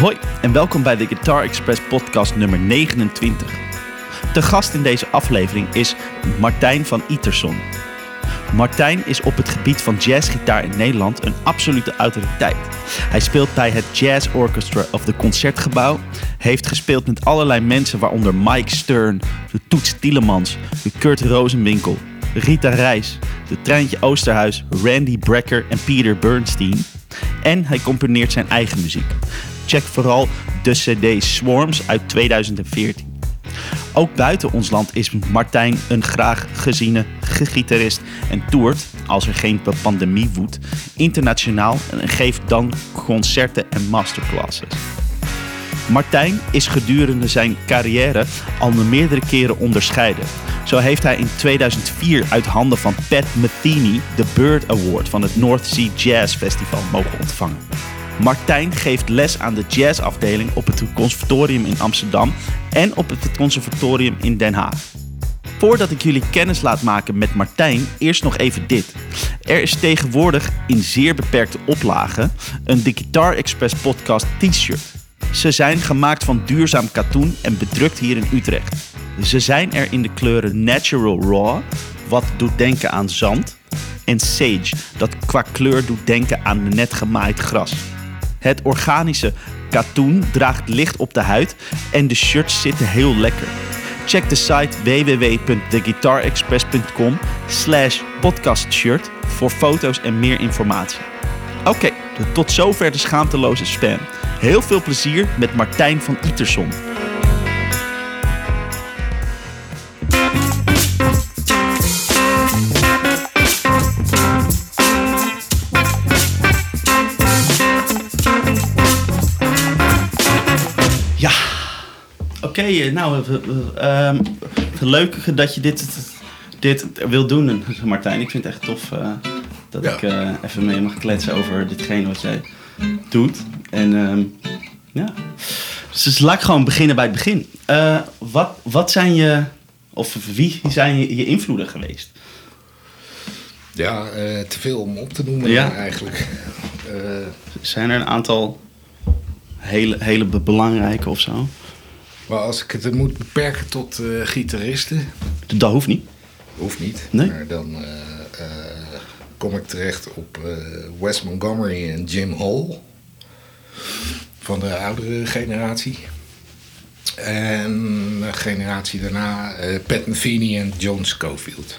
Hoi en welkom bij de Guitar Express podcast nummer 29. De gast in deze aflevering is Martijn van Iterson. Martijn is op het gebied van jazzgitaar in Nederland een absolute autoriteit. Hij speelt bij het Jazz Orchestra of de Concertgebouw, heeft gespeeld met allerlei mensen waaronder Mike Stern, de Toets Tielemans, de Kurt Rosenwinkel, Rita Reis, de Treintje Oosterhuis, Randy Brecker en Peter Bernstein. En hij componeert zijn eigen muziek. Check vooral de CD Swarms uit 2014. Ook buiten ons land is Martijn een graag geziene gitarist en toert, als er geen pandemie woedt, internationaal en geeft dan concerten en masterclasses. Martijn is gedurende zijn carrière al meerdere keren onderscheiden. Zo heeft hij in 2004 uit handen van Pat Metheny de Bird Award van het North Sea Jazz Festival mogen ontvangen. Martijn geeft les aan de jazzafdeling op het Conservatorium in Amsterdam en op het Conservatorium in Den Haag. Voordat ik jullie kennis laat maken met Martijn, eerst nog even dit. Er is tegenwoordig in zeer beperkte oplagen een The Guitar Express podcast t-shirt. Ze zijn gemaakt van duurzaam katoen en bedrukt hier in Utrecht. Ze zijn er in de kleuren Natural Raw, wat doet denken aan zand, en Sage, dat qua kleur doet denken aan net gemaaid gras. Het organische katoen draagt licht op de huid en de shirts zitten heel lekker. Check de site www.theguitarexpress.com/podcastshirt voor foto's en meer informatie. Oké, tot zover de schaamteloze spam. Heel veel plezier met Martijn van Iterson. Ja, oké, nou, leuk dat je dit wil doen, Martijn. Ik vind het echt tof dat ik even mee mag kletsen over ditgene wat jij doet. En ja, dus laat ik gewoon beginnen bij het begin. Wat zijn wie zijn je invloeden geweest? Ja, te veel om op te noemen eigenlijk. Zijn er een aantal hele belangrijke of zo? Maar als ik het moet beperken tot gitaristen... Dat hoeft niet. Hoeft niet. Nee? Maar dan kom ik terecht op Wes Montgomery en Jim Hall. Van de oudere generatie. En de generatie daarna Pat Metheny en John Scofield.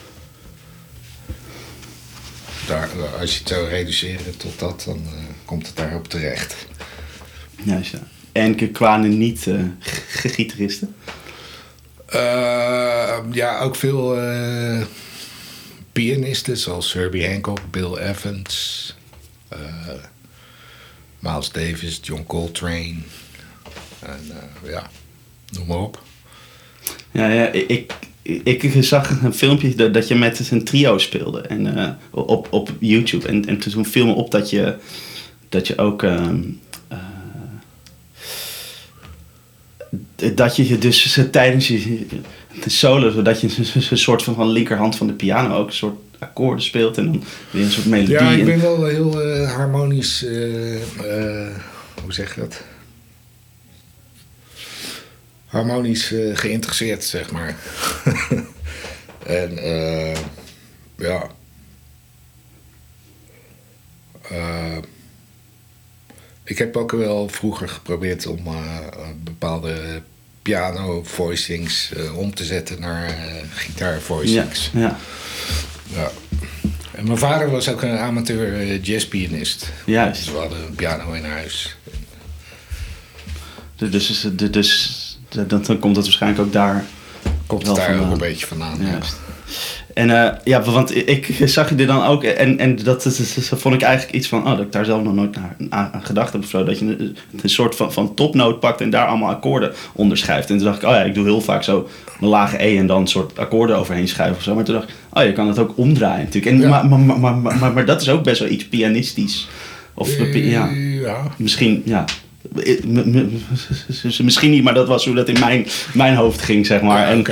Daar, als je het zou reduceren tot dat, dan komt het daarop terecht. Juist, ja. En qua niet-gitaristen? Ja, ook veel pianisten zoals Herbie Hancock, Bill Evans, Miles Davis, John Coltrane. En noem maar op. Ja, ik zag een filmpje dat je met een trio speelde en, op YouTube. En toen viel me op dat je ook... dat je dus tijdens de solo, zodat je een soort van linkerhand van de piano ook een soort akkoorden speelt en dan weer een soort melodie. Ja, ik ben wel heel harmonisch, hoe zeg je dat? Harmonisch geïnteresseerd, zeg maar. En ja. Ik heb ook wel vroeger geprobeerd om bepaalde piano voicings om te zetten naar gitaar voicings. Ja. En mijn vader was ook een amateur jazzpianist. Juist. Dus we hadden een piano in huis. Dus dan komt het waarschijnlijk ook daar. Komt het daar ook een beetje vandaan. Juist. En want ik zag je er dan ook, en dat vond ik eigenlijk iets van, dat ik daar zelf nog nooit aan gedacht heb of zo, dat je een soort van topnoot pakt en daar allemaal akkoorden onderschrijft. En toen dacht ik, ik doe heel vaak zo een lage E en dan een soort akkoorden overheen schuiven of zo. Maar toen dacht ik, je kan dat ook omdraaien natuurlijk. En, maar dat is ook best wel iets pianistisch. Of misschien, ja. Misschien niet, maar dat was hoe dat in mijn hoofd ging, zeg maar. En,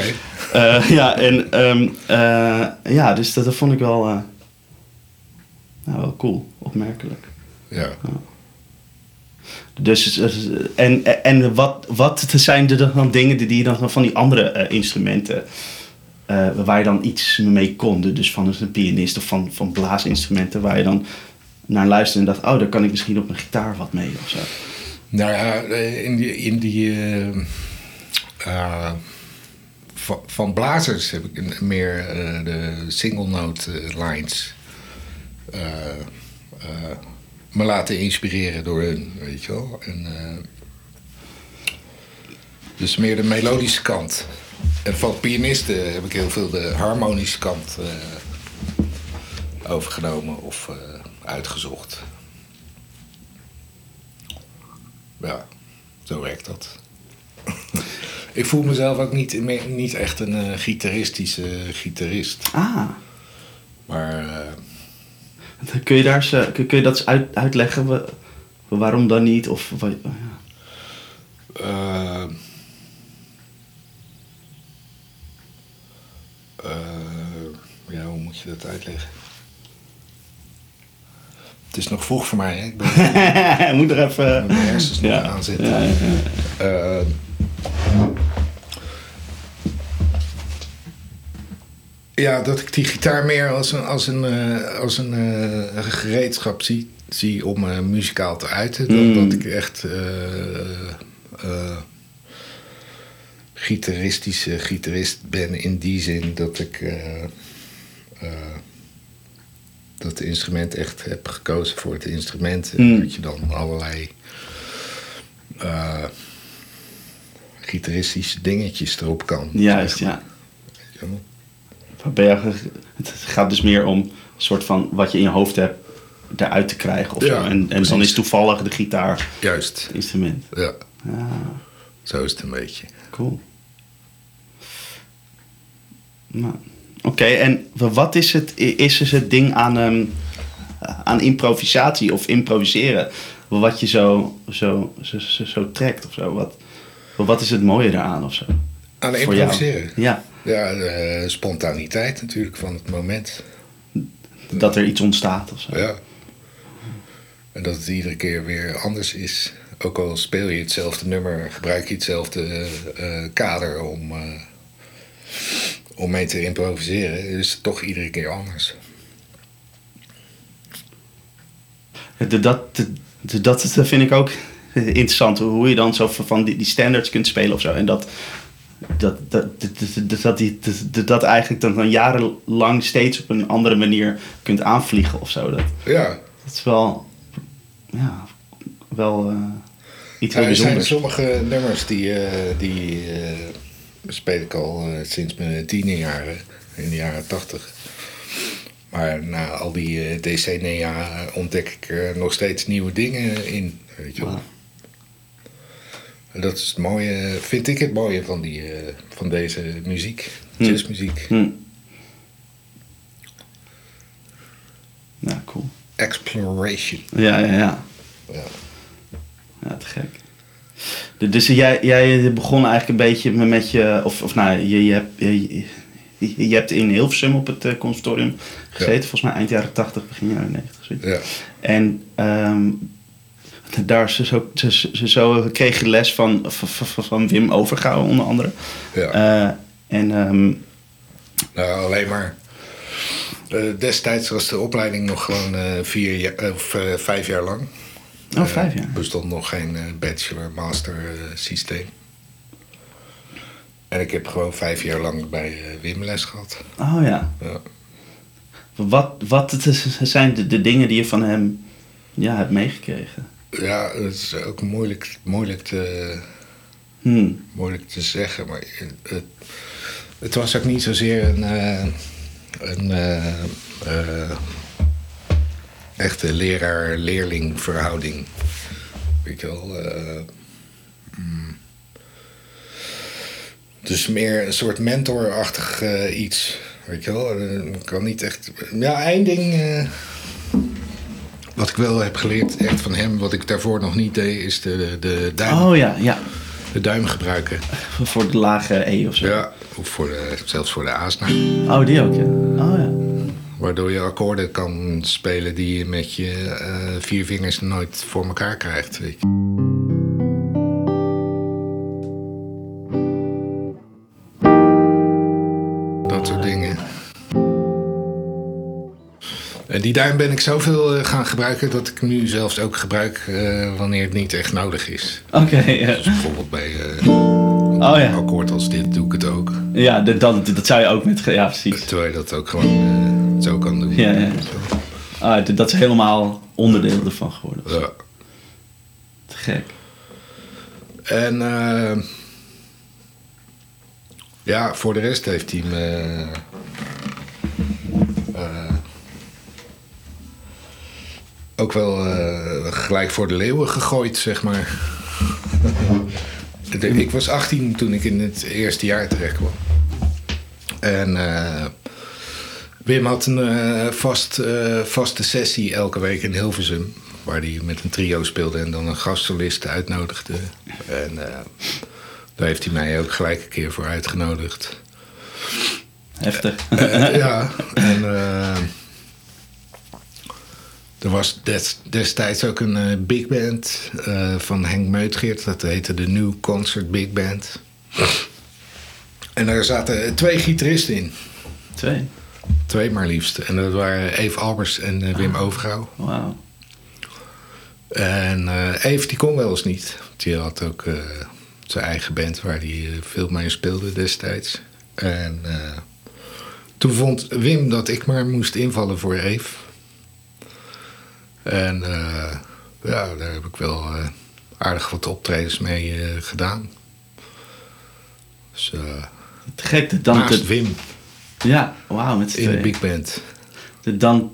dus dat vond ik wel, wel cool, opmerkelijk. Ja. Dus, en wat zijn er dan dingen die je dan van die andere instrumenten... waar je dan iets mee kon? Dus van een pianist of van blaasinstrumenten... waar je dan naar luisterde en dacht... oh, daar kan ik misschien op mijn gitaar wat mee of zo. Nou ja, in die van blazers heb ik meer de single note lines me laten inspireren door hun, weet je wel. En, dus meer de melodische kant. En van pianisten heb ik heel veel de harmonische kant overgenomen of uitgezocht. Ja, zo werkt dat. Ik voel mezelf ook niet echt een gitaristische gitarist. Ah. Maar... kun je dat eens uitleggen? Waarom dan niet? Of, ja, hoe moet je dat uitleggen? Het is nog vroeg voor mij, hè? Ik moet er even... mijn hersens nog aanzetten. Ja. Ja, dat ik die gitaar meer als een gereedschap zie om muzikaal te uiten. Dan dat ik echt gitarist ben in die zin dat ik dat instrument echt heb gekozen voor het instrument. En dat je dan allerlei gitaristische dingetjes erop kan. Juist, zeg maar. Ja. Het gaat dus meer om een soort van wat je in je hoofd hebt eruit te krijgen of zo. En dan is toevallig de gitaar juist het instrument. Ja. Zo is het een beetje. Cool. Nou, oké, en wat is het ding aan improvisatie of improviseren wat je zo trekt of zo? Wat is het mooie daaraan of zo? Aan improviseren? Ja. Ja, de spontaniteit natuurlijk van het moment. Dat er iets ontstaat of zo. Ja. En dat het iedere keer weer anders is. Ook al speel je hetzelfde nummer, gebruik je hetzelfde kader om mee te improviseren, is het toch iedere keer anders. Dat vind ik ook interessant. Hoe je dan zo van die standards kunt spelen of zo. En dat eigenlijk dan jarenlang steeds op een andere manier kunt aanvliegen of zo. Dat is wel iets heel bijzonders. Er zijn sommige nummers die speel ik al sinds mijn tienerjaren, in de jaren 80. Maar na al die decennia ontdek ik er nog steeds nieuwe dingen in, weet je wel. Wow. En dat is het mooie, vind ik het mooie van deze muziek, jazzmuziek. Ja, cool. Exploration. Ja. Ja, te gek. Dus jij begon eigenlijk een beetje met je... Je hebt in Hilversum op het conservatorium gezeten. Volgens mij eind jaren 80, begin jaren 90. Zoiets. Ja. En daar zo kreeg je les van Wim Overgouwen onder andere. Ja. Nou, alleen maar... destijds was de opleiding nog gewoon 5 jaar lang. Oh, 5 jaar. Er bestond nog geen bachelor-master systeem. En ik heb gewoon 5 jaar lang bij Wim les gehad. Oh ja. Wat zijn de dingen die je van hem hebt meegekregen? Ja, het is ook moeilijk te zeggen. Maar het was ook niet zozeer een echte leraar-leerling verhouding. Weet je wel. Dus meer een soort mentorachtig iets. Weet je wel. Ik kan niet echt... Ja, één ding... wat ik wel heb geleerd echt van hem, wat ik daarvoor nog niet deed, is de duim. Oh ja. De duim gebruiken. Voor de lage E of zo. Ja, of zelfs voor de aasnaar. Oh, die ook, ja. Oh ja. Waardoor je akkoorden kan spelen die je met je 4 vingers nooit voor elkaar krijgt. Weet je. Dat soort dingen. En die duim ben ik zoveel gaan gebruiken dat ik nu zelfs ook gebruik wanneer het niet echt nodig is. Oké, ja. Dus bijvoorbeeld bij ja. akkoord als dit doe ik het ook. Ja, dat zou je ook met... Ja, precies. Terwijl je dat ook gewoon zo kan doen. Ja. Dat is helemaal onderdeel ervan geworden. Ja. Te gek. En ja, voor de rest heeft hij me ook wel gelijk voor de leeuwen gegooid, zeg maar. Ik was 18 toen ik in het eerste jaar terecht kwam. En Wim had een vaste sessie elke week in Hilversum. Waar hij met een trio speelde en dan een gastsolist uitnodigde. En daar heeft hij mij ook gelijk een keer voor uitgenodigd. Heftig. Ja, en er was destijds ook een big band van Henk Meutgeert. Dat heette de New Concert Big Band. En daar zaten 2 gitaristen in. 2 maar liefst. En dat waren Eve Albers en Wim Overgouw. Wauw. En Eve die kon wel eens niet. Die had ook zijn eigen band waar hij veel mee speelde destijds. En toen vond Wim dat ik maar moest invallen voor Eve. En ja, daar heb ik wel aardig wat optredens mee gedaan. Dus, te gek. naast Wim. Ja, wauw. Met in de big band. Dan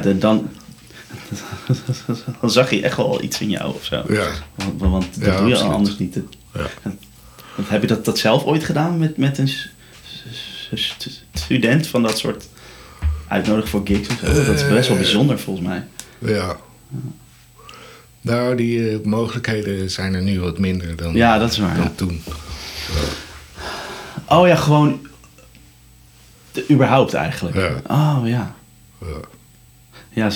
zag je echt wel iets in jou of zo. Ja. Want dat doe je anders niet. Ja. Heb je dat zelf ooit gedaan met een student van dat soort uitnodigen voor gigs? Of zo? Dat is best wel bijzonder volgens mij. Ja. Nou, die mogelijkheden zijn er nu wat minder dan, dat is waar, dan toen. Ja. Oh ja, gewoon überhaupt eigenlijk. Ja. Oh ja. Ja,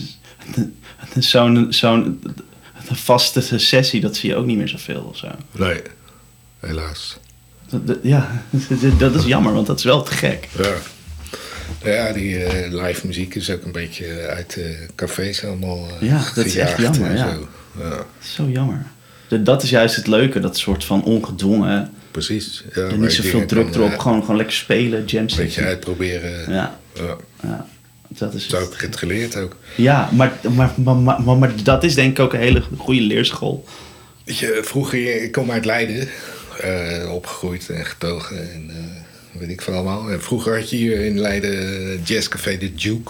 zo'n vaste sessie, dat zie je ook niet meer zoveel of zo. Nee, helaas. Ja, dat is jammer, want dat is wel te gek. Ja. Ja, die live muziek is ook een beetje uit cafés allemaal dat is echt jammer, en ja. zo. Ja. Zo jammer. Dat is juist het leuke, dat soort van ongedwongen. Precies. Ja, en niet zoveel druk erop, gewoon lekker spelen, jam een beetje uitproberen. Ja. Dat is zo heb ik het geleerd ook. Ja, maar dat is denk ik ook een hele goede leerschool. Weet je, vroeger, ik kom uit Leiden, opgegroeid en getogen en weet ik veel allemaal. En vroeger had je hier in Leiden jazzcafé De Duke.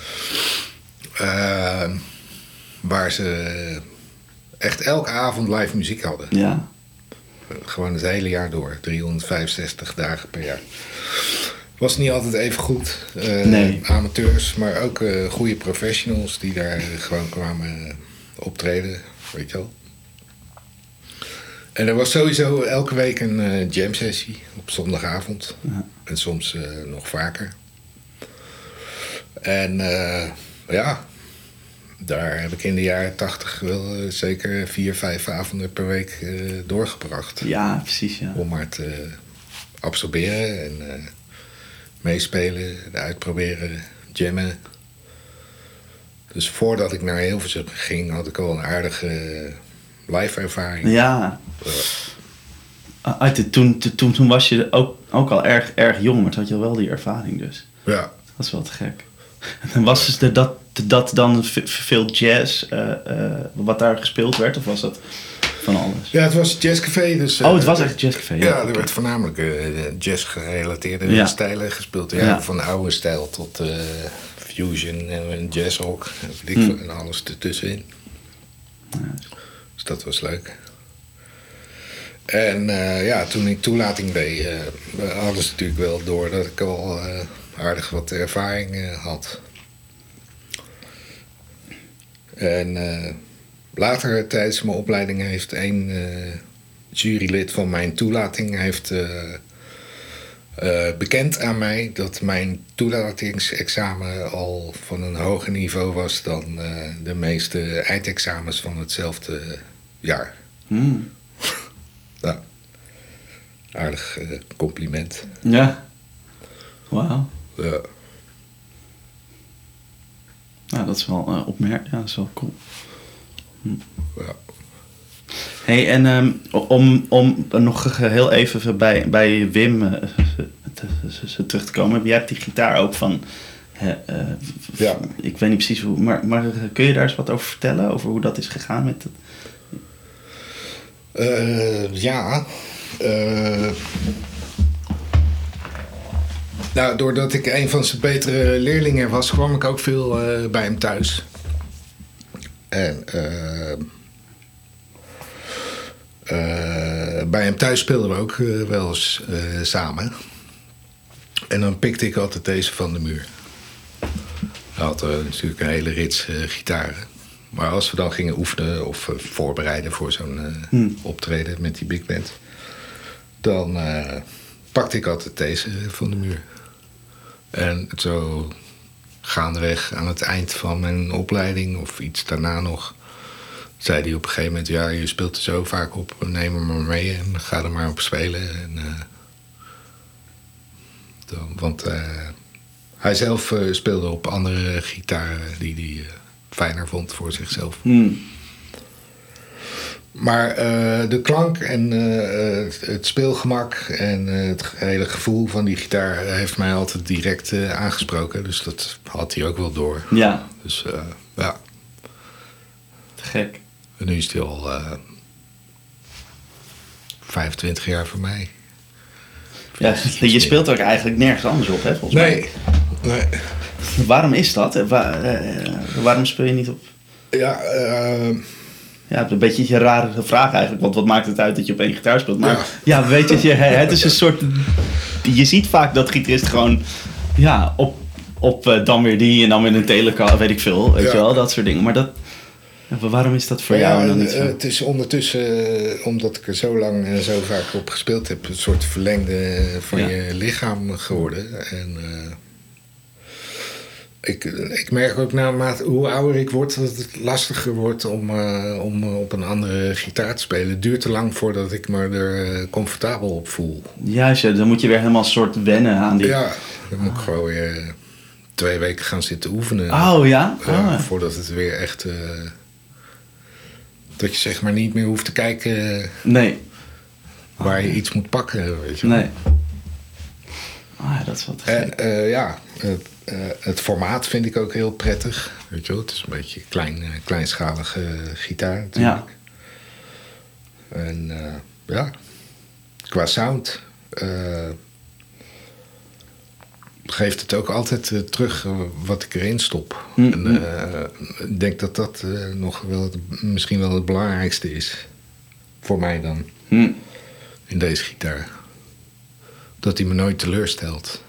Waar ze echt elke avond live muziek hadden. Ja. Gewoon het hele jaar door. 365 dagen per jaar. Was niet altijd even goed. Nee. Amateurs, maar ook goede professionals die daar gewoon kwamen optreden. Weet je wel. En er was sowieso elke week een jam sessie op zondagavond. Ja. En soms nog vaker. En ja, daar heb ik in de jaren 80 wel zeker 4-5 avonden per week doorgebracht. Ja, precies, ja. Om maar te absorberen en meespelen, uitproberen, jammen. Dus voordat ik naar Hilversum ging, had ik al een aardige live ervaring. Ja. Toen was je ook al erg jong, maar toen had je al wel die ervaring dus. Ja. Dat is wel te gek. En was dat dan veel jazz wat daar gespeeld werd, of was dat van alles? Ja, het was jazzcafé. Dus, het was echt jazzcafé. Ja, er werd voornamelijk jazz-gerelateerde stijlen gespeeld. Ja. Van oude stijl tot fusion en jazzrock. En alles ertussenin. Dus dat was leuk. En toen ik toelating deed, hadden ze natuurlijk wel door dat ik al aardig wat ervaring had. En later tijdens mijn opleiding heeft een jurylid van mijn toelating bekend aan mij dat mijn toelatingsexamen al van een hoger niveau was dan de meeste eindexamens van hetzelfde jaar. Nou, aardig compliment. Ja. Wauw. Ja. Nou, dat is wel opmerkelijk. Ja, dat is wel cool. Ja. Hey, en om nog heel even bij Wim terug te komen. Jij hebt die gitaar ook van... Ja. Ik weet niet precies hoe... Maar kun je daar eens wat over vertellen? Over hoe dat is gegaan met het... Ja. Nou, doordat ik een van zijn betere leerlingen was, kwam ik ook veel bij hem thuis. En bij hem thuis speelden we ook wel eens samen. En dan pikte ik altijd deze van de muur. Hij had natuurlijk een hele rits gitaren. Maar als we dan gingen oefenen of voorbereiden voor zo'n optreden met die big band, dan pakte ik altijd deze van de muur. En zo gaandeweg aan het eind van mijn opleiding of iets daarna nog, zei hij op een gegeven moment: ja, je speelt er zo vaak op, neem hem maar mee en ga er maar op spelen. En, want hij zelf speelde op andere gitaren die hij fijner vond voor zichzelf. Maar de klank en het speelgemak en het hele gevoel van die gitaar heeft mij altijd direct aangesproken. Dus dat had hij ook wel door. Ja. Dus ja. Te gek. En nu is hij al 25 jaar voor mij. Ja, je speelt ook eigenlijk nergens anders op, hè, volgens mij. Nee. Waarom is dat? Waarom speel je niet op... Ja, Ja, een beetje een rare vraag eigenlijk. Want wat maakt het uit dat je op één gitaar speelt? Maar ja weet je, het is een soort... Je ziet vaak dat gitaristen gewoon... Ja, op dan weer die en dan weer een telecaster, weet ik veel. Weet je wel, dat soort dingen. Maar dat... Waarom is dat voor jou dan niet zo? Het is ondertussen, omdat ik er zo lang en zo vaak op gespeeld heb, een soort verlengde van je lichaam geworden. En ik merk ook naarmate hoe ouder ik word, dat het lastiger wordt om op een andere gitaar te spelen. Het duurt te lang voordat ik me er comfortabel op voel. Juist, dan moet je weer helemaal een soort wennen aan die... Ja, dan moet ik gewoon weer 2 weken gaan zitten oefenen. Oh ja? Voordat het weer echt... dat je zeg maar niet meer hoeft te kijken... Nee. Waar je iets moet pakken, weet je wel. Nee. Dat is wat gek. En het formaat vind ik ook heel prettig. Weet je wel, het is een beetje kleinschalige gitaar natuurlijk. Ja. En qua sound... geeft het ook altijd terug wat ik erin stop. En ik denk dat dat nog wel misschien wel het belangrijkste is. Voor mij dan. In deze gitaar. Dat hij me nooit teleurstelt.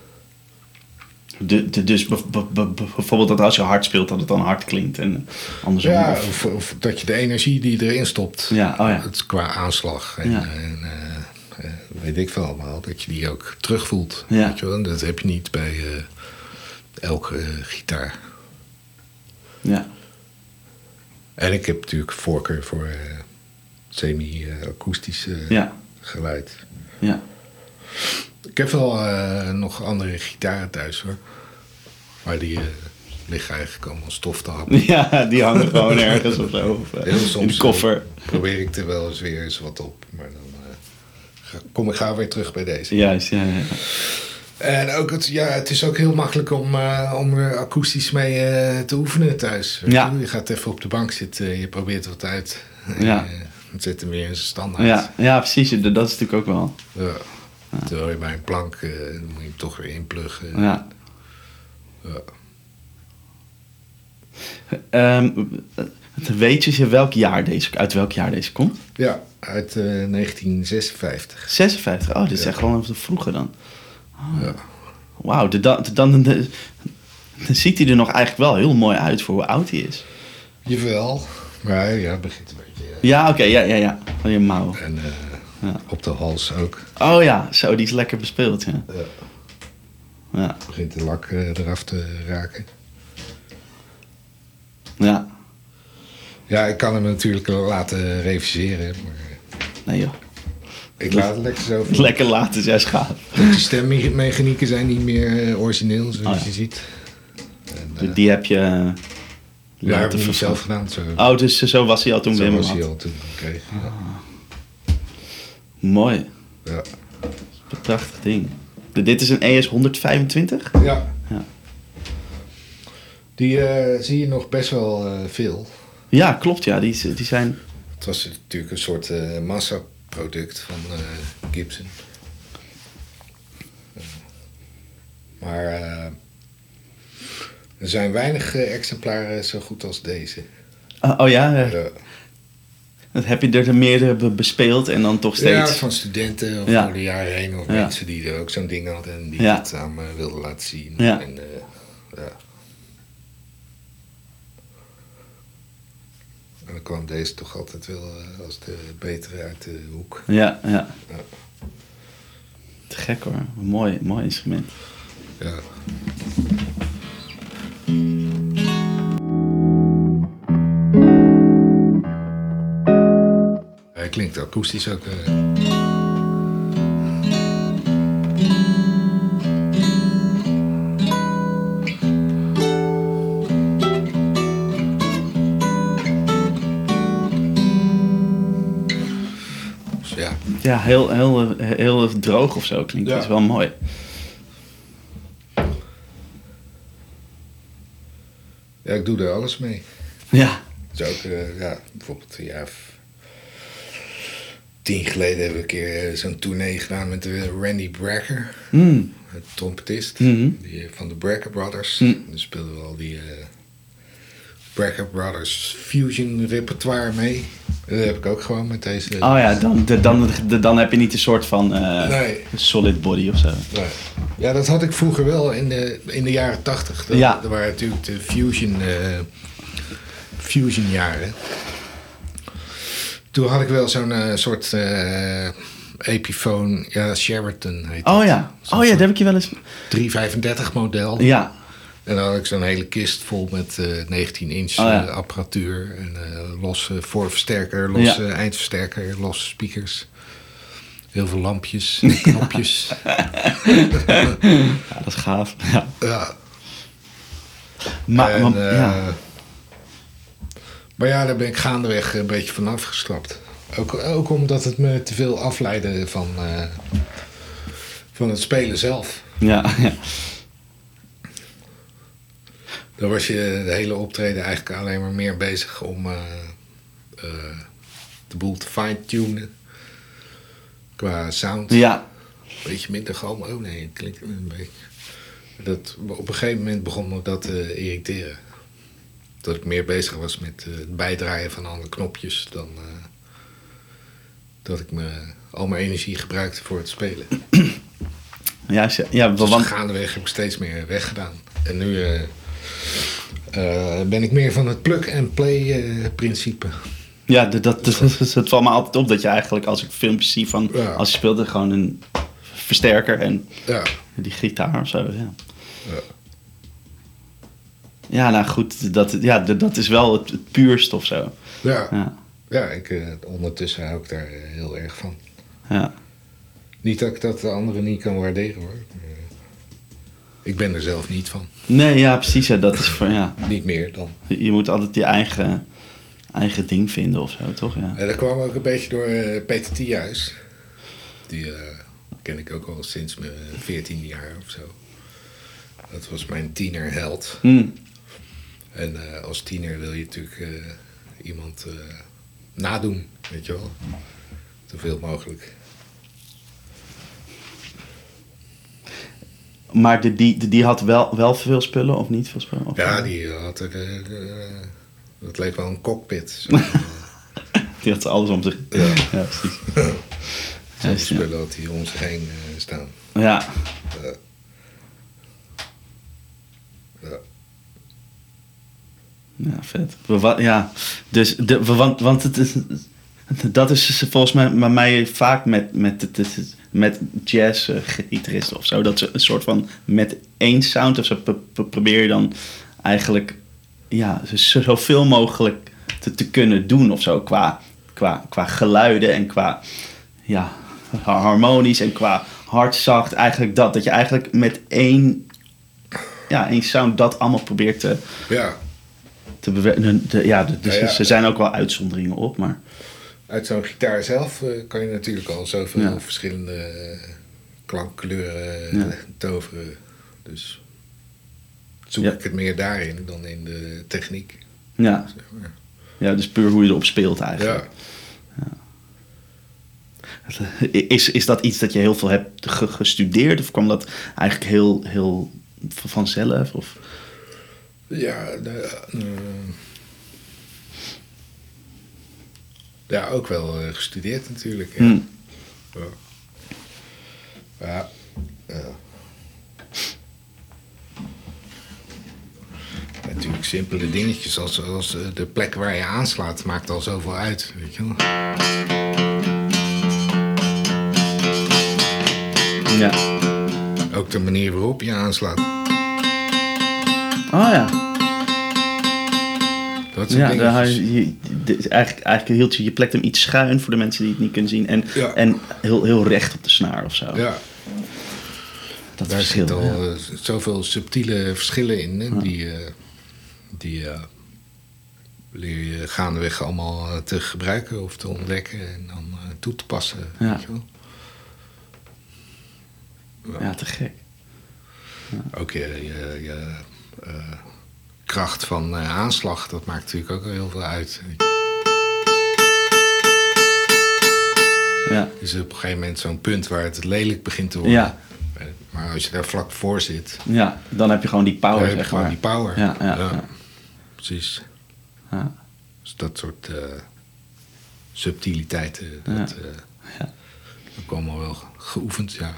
Dus bijvoorbeeld dat als je hard speelt, dat het dan hard klinkt. En andersom. Ja, of dat je de energie die erin stopt. Ja, het qua aanslag. En weet ik veel allemaal. Dat je die ook terugvoelt. Ja. Weet je wel? Dat heb je niet bij elke gitaar. Ja. En ik heb natuurlijk voorkeur voor semi-akoestische geluid. Ja. Ik heb wel nog andere gitaren thuis hoor. Maar die liggen eigenlijk allemaal stof te happen. Ja, die hangen gewoon ergens of zo. Of, heel soms in de koffer. Probeer ik er wel eens weer eens wat op. Maar dan kom ik gauw weer terug bij deze. Juist, ja. En ook het is ook heel makkelijk om er akoestisch mee te oefenen thuis. Ja. Je gaat even op de bank zitten, je probeert wat uit. Ja. Je zet hem weer in zijn standaard. Ja, precies. Dat is natuurlijk ook wel. Ja. Terwijl je bij een plank dan moet je hem toch weer inpluggen. Ja. Weet je uit welk jaar deze komt? Ja, uit 1956. 56? Oh, dit is echt gewoon even vroeger dan. Oh. Ja. Wauw, dan ziet hij er nog eigenlijk wel heel mooi uit voor hoe oud hij is. Jawel, maar ja, het begint een beetje... Ja, oké, ja. Van je mouw. En Ja. Op de hals ook. Oh ja, zo, die is lekker bespeeld, ja. Ja. Ja. Begint de lak eraf te raken. Ja. Ja, ik kan hem natuurlijk laten reviseren. Maar Nee joh. ik laat het lekker zo. Voor. Lekker laten, zij schaap. De stemmechanieken zijn niet meer origineel, zoals Oh ja. je ziet. En, Die heb je ja, heb laten ik niet zelf vervangen. gedaan. Zo, Oh, dus zo was hij al toen zo Wim was hem hij had. al toen. Oké. Ja. Mooi. Ja. Een prachtig ding. Dit is een ES 125? Ja. Ja. Die zie je nog best wel veel. Ja, klopt ja. Die zijn... Het was natuurlijk een soort massaproduct van Gibson. Maar er zijn weinig exemplaren zo goed als deze. Oh ja, Ja. dat heb je er meerdere bespeeld en dan toch Ja, steeds... van studenten of Ja. door de jaren heen. Of Ja. mensen die er ook zo'n ding hadden en die Ja. het aan me wilden laten zien. Ja. En, ja. En dan kwam deze toch altijd wel als de betere uit de hoek. Ja. Ja. Te gek hoor. Mooi instrument. Ja. Hij klinkt akoestisch ook. Dus ja. Ja, heel droog of zo klinkt. Ja. Dat is wel mooi. Ja, ik doe er alles mee. Ja. Dus ook, ja, bijvoorbeeld een jaar of 10 geleden hebben we een keer zo'n tournee gedaan met Randy Brecker, Mm. een trompetist Mhm. die, van de Brecker Brothers. Mm. Dan speelden we al die Brecker Brothers fusion repertoire mee. Dat heb ik ook gewoon met deze. Oh ja, dan heb je niet een soort van Nee. solid body of zo. Nee. Ja, dat had ik vroeger wel in de jaren 80. Ja. Dat waren natuurlijk de fusion jaren. Toen had ik wel zo'n soort Epiphone, ja, Sheraton heet Oh het. ja. Zo'n Oh ja, soort daar heb ik je wel eens... 335 model. Ja. En dan had ik zo'n hele kist vol met 19-inch Oh ja. apparatuur. En losse voorversterker, losse Ja. eindversterker, losse speakers. Heel veel lampjes en knopjes. Ja, dat is gaaf. Ja. Ja. Maar, En, ja. Maar ja, daar ben ik gaandeweg een beetje van afgestapt. Ook omdat het me te veel afleidde van het spelen zelf. Ja, ja. Dan was je de hele optreden eigenlijk alleen maar meer bezig om de boel te fine-tunen. Qua sound. Ja. Een beetje minder galm. Oh nee, het klinkt een beetje... Op een gegeven moment begon me dat te irriteren. Dat ik meer bezig was met het bijdraaien van alle knopjes dan dat ik al mijn energie gebruikte voor het spelen. Ja, Dus want... gaandeweg heb ik steeds meer weggedaan. En nu ben ik meer van het plug-and-play principe. Ja, het valt me altijd op dat je eigenlijk, als ik filmpjes zie van... Ja. Als je speelde gewoon een versterker en Ja. die gitaar of zo, ja. Ja. Ja, nou goed, dat is wel het puurst of zo. Ja, Ja, ja ondertussen hou ik daar heel erg van. ja. Niet dat ik dat de anderen niet kan waarderen hoor. Ik ben er zelf niet van. Nee, ja, precies. Ja, dat is van, ja. Niet meer dan. Je moet altijd je eigen ding vinden of zo, toch? Ja. En dat kwam ook een beetje door Peter Thiehuis. Die ken ik ook al sinds mijn 14 jaar of zo. Dat was mijn tienerheld. Mm. En als tiener wil je natuurlijk iemand nadoen, weet je wel. Zoveel mogelijk. Maar die had wel veel spullen of niet veel spullen? Of Ja, die had er... dat leek wel een cockpit. Zo, Die had alles om zich. Ja. Ja, precies. zo'n spullen had hij om zich heen staan. Ja. Ja. Ja, vet. Ja, dus want Dat is volgens mij vaak met jazz-gitaristen of zo. Dat ze een soort van met één sound of zo probeer je dan eigenlijk zoveel mogelijk te kunnen doen of zo. Qua geluiden en qua harmonisch en qua hard, zacht. Eigenlijk dat je eigenlijk met één sound dat allemaal probeert te bewerken. Er zijn ook wel uitzonderingen op, maar... Uit zo'n gitaar zelf kan je natuurlijk al zoveel verschillende klankkleuren toveren. Dus zoek ik het meer daarin dan in de techniek. Ja. Zeg maar. Ja, dus puur hoe je erop speelt eigenlijk. Ja. Is dat iets dat je heel veel hebt gestudeerd? Of kwam dat eigenlijk heel vanzelf? Of? Ja, ja, ook wel gestudeerd natuurlijk. Ja. Ja. Natuurlijk simpele dingetjes als de plek waar je aanslaat maakt al zoveel uit, weet je wel. Ja. Ook de manier waarop je aanslaat. Oh ja. Dat soort eigenlijk hield je plek hem iets schuin voor de mensen die het niet kunnen zien. En heel recht op de snaar of zo. Ja. Dat daar verschil, zitten al zoveel subtiele verschillen in. Hè, die leer je gaandeweg allemaal te gebruiken of te ontdekken en dan toe te passen. Ja. Weet je wel? Ja, te gek. Ja. Ook je kracht van aanslag, dat maakt natuurlijk ook heel veel uit. Ja. Dus op een gegeven moment zo'n punt waar het lelijk begint te worden. Ja. Maar als je daar vlak voor zit... Ja, dan heb je gewoon die power, dan heb je zeg maar. gewoon die power. Ja. Precies. Ja. Dus dat soort subtiliteiten, dat heb ik allemaal wel geoefend, ja.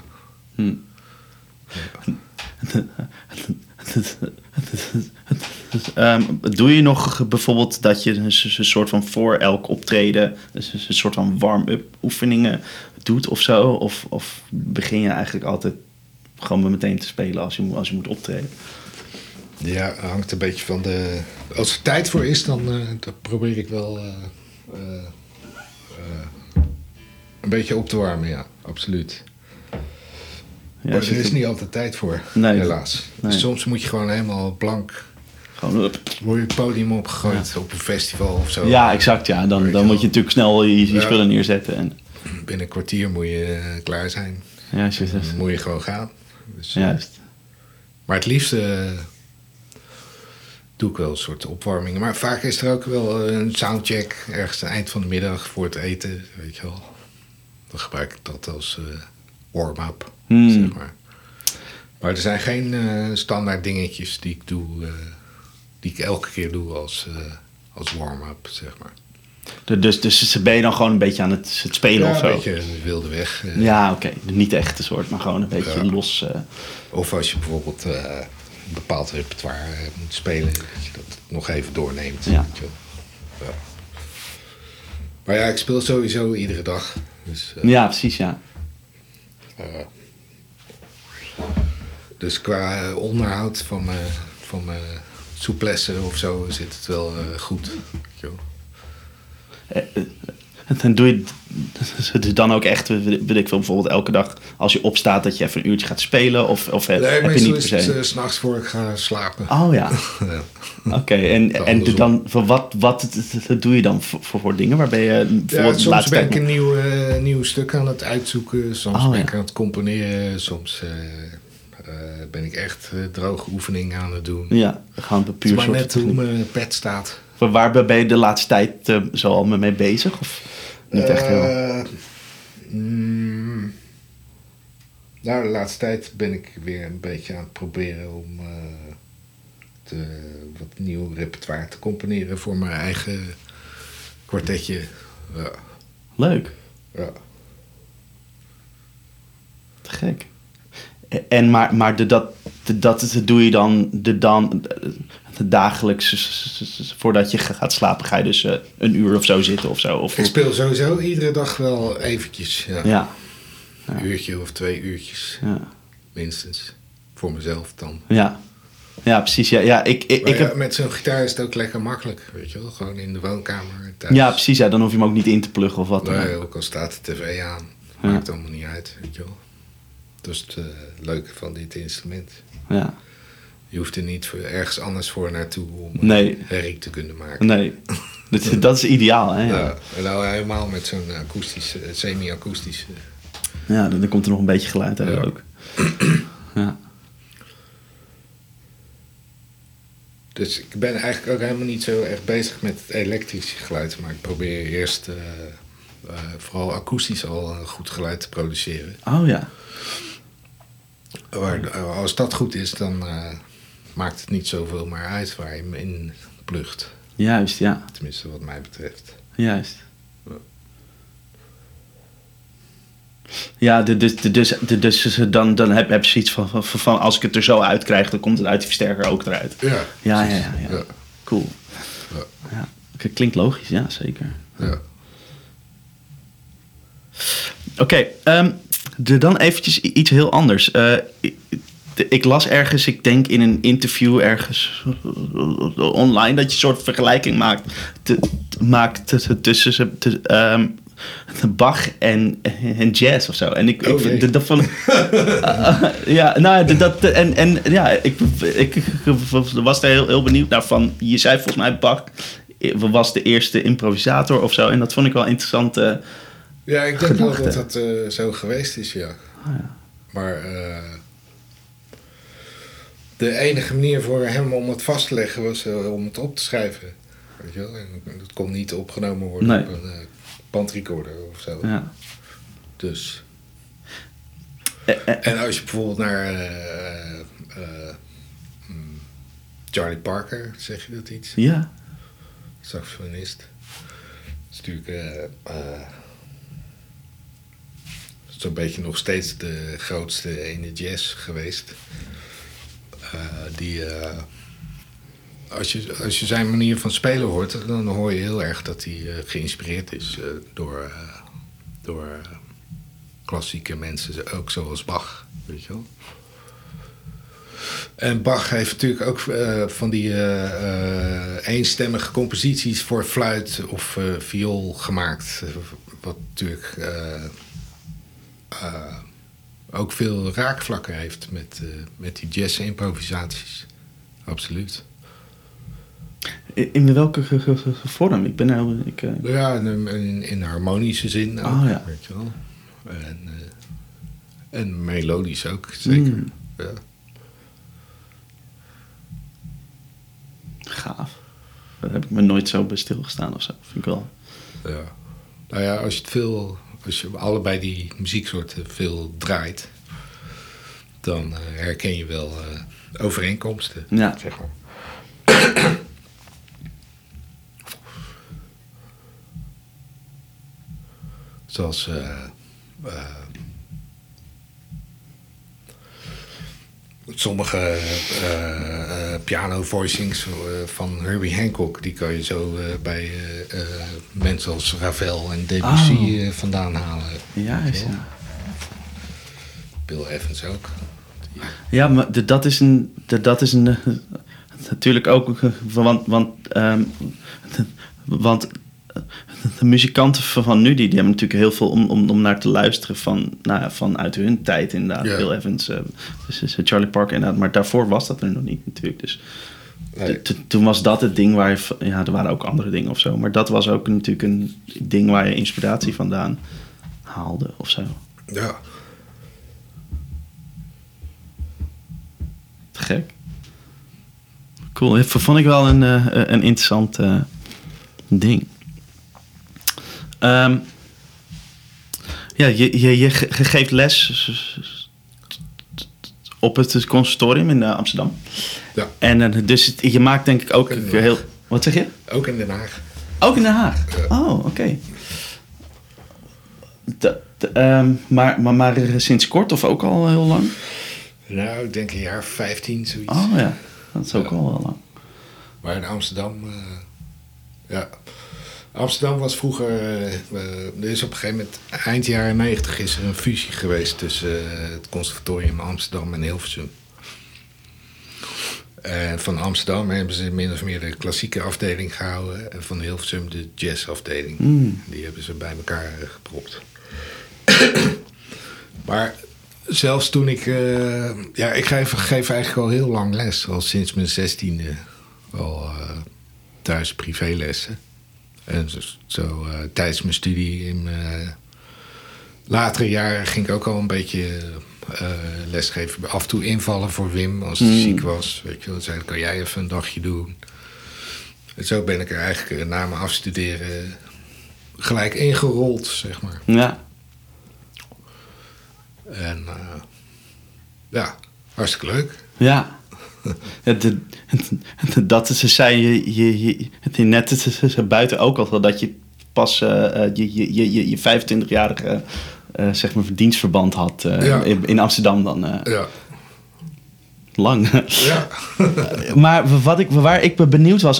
Doe je nog bijvoorbeeld dat je een soort van voor elk optreden een soort van warm-up oefeningen doet of zo? Of begin je eigenlijk altijd gewoon meteen te spelen als je moet optreden? Ja, hangt een beetje van de... Als er tijd voor is, dan probeer ik wel een beetje op te warmen, ja, absoluut. Ja, maar er is niet altijd tijd voor, helaas. Nee. Dus soms moet je gewoon helemaal blank... Gewoon word je het podium opgegooid op een festival of zo. Ja, exact, ja. Dan moet je natuurlijk snel je spullen neerzetten. En... Binnen een kwartier moet je klaar zijn. Ja, dan moet je gewoon gaan. Dus, juist. Maar het liefste doe ik wel een soort opwarming. Maar vaak is er ook wel een soundcheck ergens aan het eind van de middag voor het eten, weet je wel. Dan gebruik ik dat als warm-up, zeg maar. Maar er zijn geen standaard dingetjes die ik doe, die ik elke keer doe als warm-up, zeg maar. Dus ben je dan gewoon een beetje aan het spelen of zo? Ja, een beetje een wilde weg. Ja, oké. Niet echt een soort, maar gewoon een beetje los. Of als je bijvoorbeeld een bepaald repertoire moet spelen, dat je dat nog even doorneemt. Ja. Weet je wel. Ja. Maar ja, ik speel sowieso iedere dag. Dus, ja, precies, ja. Dus qua onderhoud van mijn souplesse of zo zit het wel goed. Weet je wel. En doe je het dan ook echt, weet ik veel, bijvoorbeeld elke dag als je opstaat dat je even een uurtje gaat spelen? Of heb je niet per se? Is het 's nachts voor ik ga slapen. Oh ja. Ja. Oké, en dan, wat doe je dan voor dingen? Waar ben je bijvoorbeeld soms laatste ben ik tijd een nieuw stuk aan het uitzoeken. Soms ben ik aan het componeren. Soms ben ik echt droge oefeningen aan het doen. Ja, gewoon Het puur is maar soort net hoe mijn pet staat. Waar ben je de laatste tijd zo al mee bezig? Of niet echt heel? Nou, de laatste tijd ben ik weer een beetje aan het proberen om wat nieuw repertoire te componeren voor mijn eigen kwartetje. Ja. Leuk. Ja. Te gek. Maar dat doe je dan dagelijks voordat je gaat slapen. Ga je dus een uur of zo zitten of zo? Of... Ik speel sowieso iedere dag wel eventjes. Ja. Ja. Een uurtje of 2 uurtjes. Ja. Minstens. Voor mezelf dan. Ja, ja precies. Ja. Ik heb... Met zo'n gitaar is het ook lekker makkelijk. Weet je wel? Gewoon in de woonkamer thuis. Ja, precies. Ja. Dan hoef je hem ook niet in te pluggen of wat dan Nee, ook. ook al staat de tv aan. Ja. Maakt allemaal niet uit. Weet je wel? Dat is het leuke van dit instrument. Ja. Je hoeft er niet ergens anders voor naartoe om herrie te kunnen maken. Nee, dat is ideaal. Hè? Ja. Ja, en nou helemaal met zo'n akoestische, semi-akoestische. Ja, dan komt er nog een beetje geluid uit Ja. ook. Ja. Dus ik ben eigenlijk ook helemaal niet zo erg bezig met het elektrische geluid. Maar ik probeer eerst vooral akoestisch al een goed geluid te produceren. Oh ja. Als dat goed is, dan maakt het niet zoveel meer uit waar je hem in plugt. Juist, ja. Tenminste, wat mij betreft. Juist. Ja, dus dan heb je zoiets van als ik het er zo uit krijg, dan komt het uit die versterker ook eruit. Ja. Ja. Ja. Cool. Ja. Klinkt logisch, ja, zeker. Ja. Oké, dan eventjes iets heel anders. Ik las ergens, ik denk in een interview ergens online, dat je een soort vergelijking maakt tussen Bach en jazz of zo. En ik dat vond ja, nou ik was daar heel benieuwd naar van. Je zei volgens mij Bach was de eerste improvisator of zo. En dat vond ik wel interessant. Ja, ik denk wel dat dat zo geweest is, ja. Oh, ja. Maar de enige manier voor hem om het vast te leggen was om het op te schrijven. Weet je wel? En dat kon niet opgenomen worden op een bandrecorder of zo. Ja. Dus. En als je bijvoorbeeld naar Charlie Parker, zeg je dat iets? Ja. Saxofonist. Dat is natuurlijk zo'n beetje nog steeds de grootste in de jazz geweest. Als je zijn manier van spelen hoort, dan hoor je heel erg dat hij geïnspireerd is door klassieke mensen, ook zoals Bach, weet je wel. En Bach heeft natuurlijk ook van die eenstemmige composities voor fluit of viool gemaakt. Wat natuurlijk ook veel raakvlakken heeft met die jazz-improvisaties. Absoluut. In welke vorm? Ik ben Ja, in harmonische zin ook, oh, ja. weet je wel. En melodisch ook, zeker. Ja. Gaaf. Daar heb ik me nooit zo bij stilgestaan of zo. Vind ik wel. Ja. Nou ja, als je allebei die muzieksoorten veel draait, dan herken je wel overeenkomsten, Ja. zeg maar. Zoals sommige piano voicings van Herbie Hancock, die kan je zo bij mensen als Ravel en Debussy vandaan halen. Juist, ja. Bill Evans ook. Ja, maar dat is een natuurlijk ook, want de muzikanten van nu, die hebben natuurlijk heel veel om naar te luisteren vanuit hun tijd inderdaad. Ja. Bill Evans, dus Charlie Parker inderdaad, maar daarvoor was dat er nog niet natuurlijk. Dus Nee. toen was dat het ding waar je, ja, er waren ook andere dingen of zo, maar dat was ook natuurlijk een ding waar je inspiratie vandaan haalde of zo. Ja. Te gek. Cool, dat vond ik wel een interessant ding. Ja, je geeft les op het conservatorium in Amsterdam. Ja. En dus je maakt denk ik ook heel... Wat zeg je? Ook in Den Haag. Ook in Den Haag? Ja. Oh, oké. Maar sinds kort of ook al heel lang? Nou, ik denk een jaar 15, zoiets. Oh ja, dat is ook al wel lang. Maar in Amsterdam... Amsterdam was vroeger... er is op een gegeven moment... Eind jaren 90 is er een fusie geweest... tussen het conservatorium Amsterdam en Hilversum. En van Amsterdam hebben ze min of meer de klassieke afdeling gehouden... en van Hilversum de jazzafdeling. Die hebben ze bij elkaar gepropt. Maar zelfs toen ik... ik geef eigenlijk al heel lang les. Al sinds mijn 16e. Al thuis privélessen. En zo tijdens mijn studie in mijn latere jaren ging ik ook al een beetje lesgeven. Af en toe invallen voor Wim als hij ziek was. Weet je wel, zei kan jij even een dagje doen. En zo ben ik er eigenlijk na mijn afstuderen gelijk ingerold, zeg maar. Ja. En hartstikke leuk. Ja. Dat is, ze zei je net buiten ook al dat je pas je 25-jarige zeg maar dienstverband had in Amsterdam dan. Ja. Lang. Ja. Maar waar ik benieuwd was,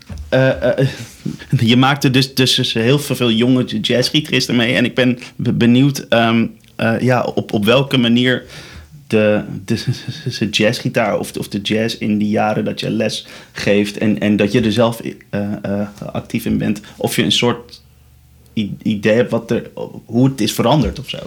je maakte dus heel veel jonge jazzgitaristen mee en ik ben benieuwd op welke manier de jazzgitaar of de jazz in die jaren dat je les geeft en dat je er zelf actief in bent, of je een soort idee hebt hoe het is veranderd of zo.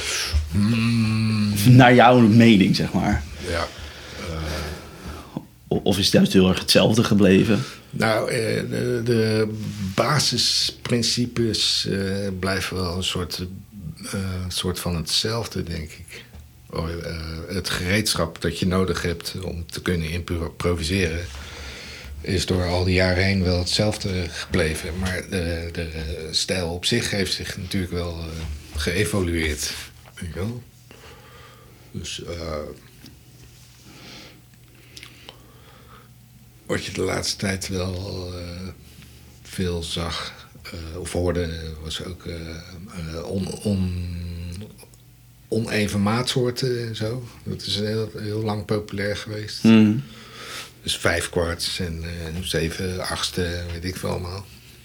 Naar jouw mening, zeg maar. Ja. Of is het juist heel erg hetzelfde gebleven? Nou, de basisprincipes blijven wel een soort van hetzelfde, denk ik. Het gereedschap dat je nodig hebt om te kunnen improviseren is door al die jaren heen wel hetzelfde gebleven. Maar de stijl op zich heeft zich natuurlijk wel geëvolueerd. Weet je wel? Dus wat je de laatste tijd wel veel zag of hoorde, was ook oneven maatsoorten en zo. Dat is heel lang populair geweest. Dus 5 kwarts en 7 achtste, weet ik veel allemaal.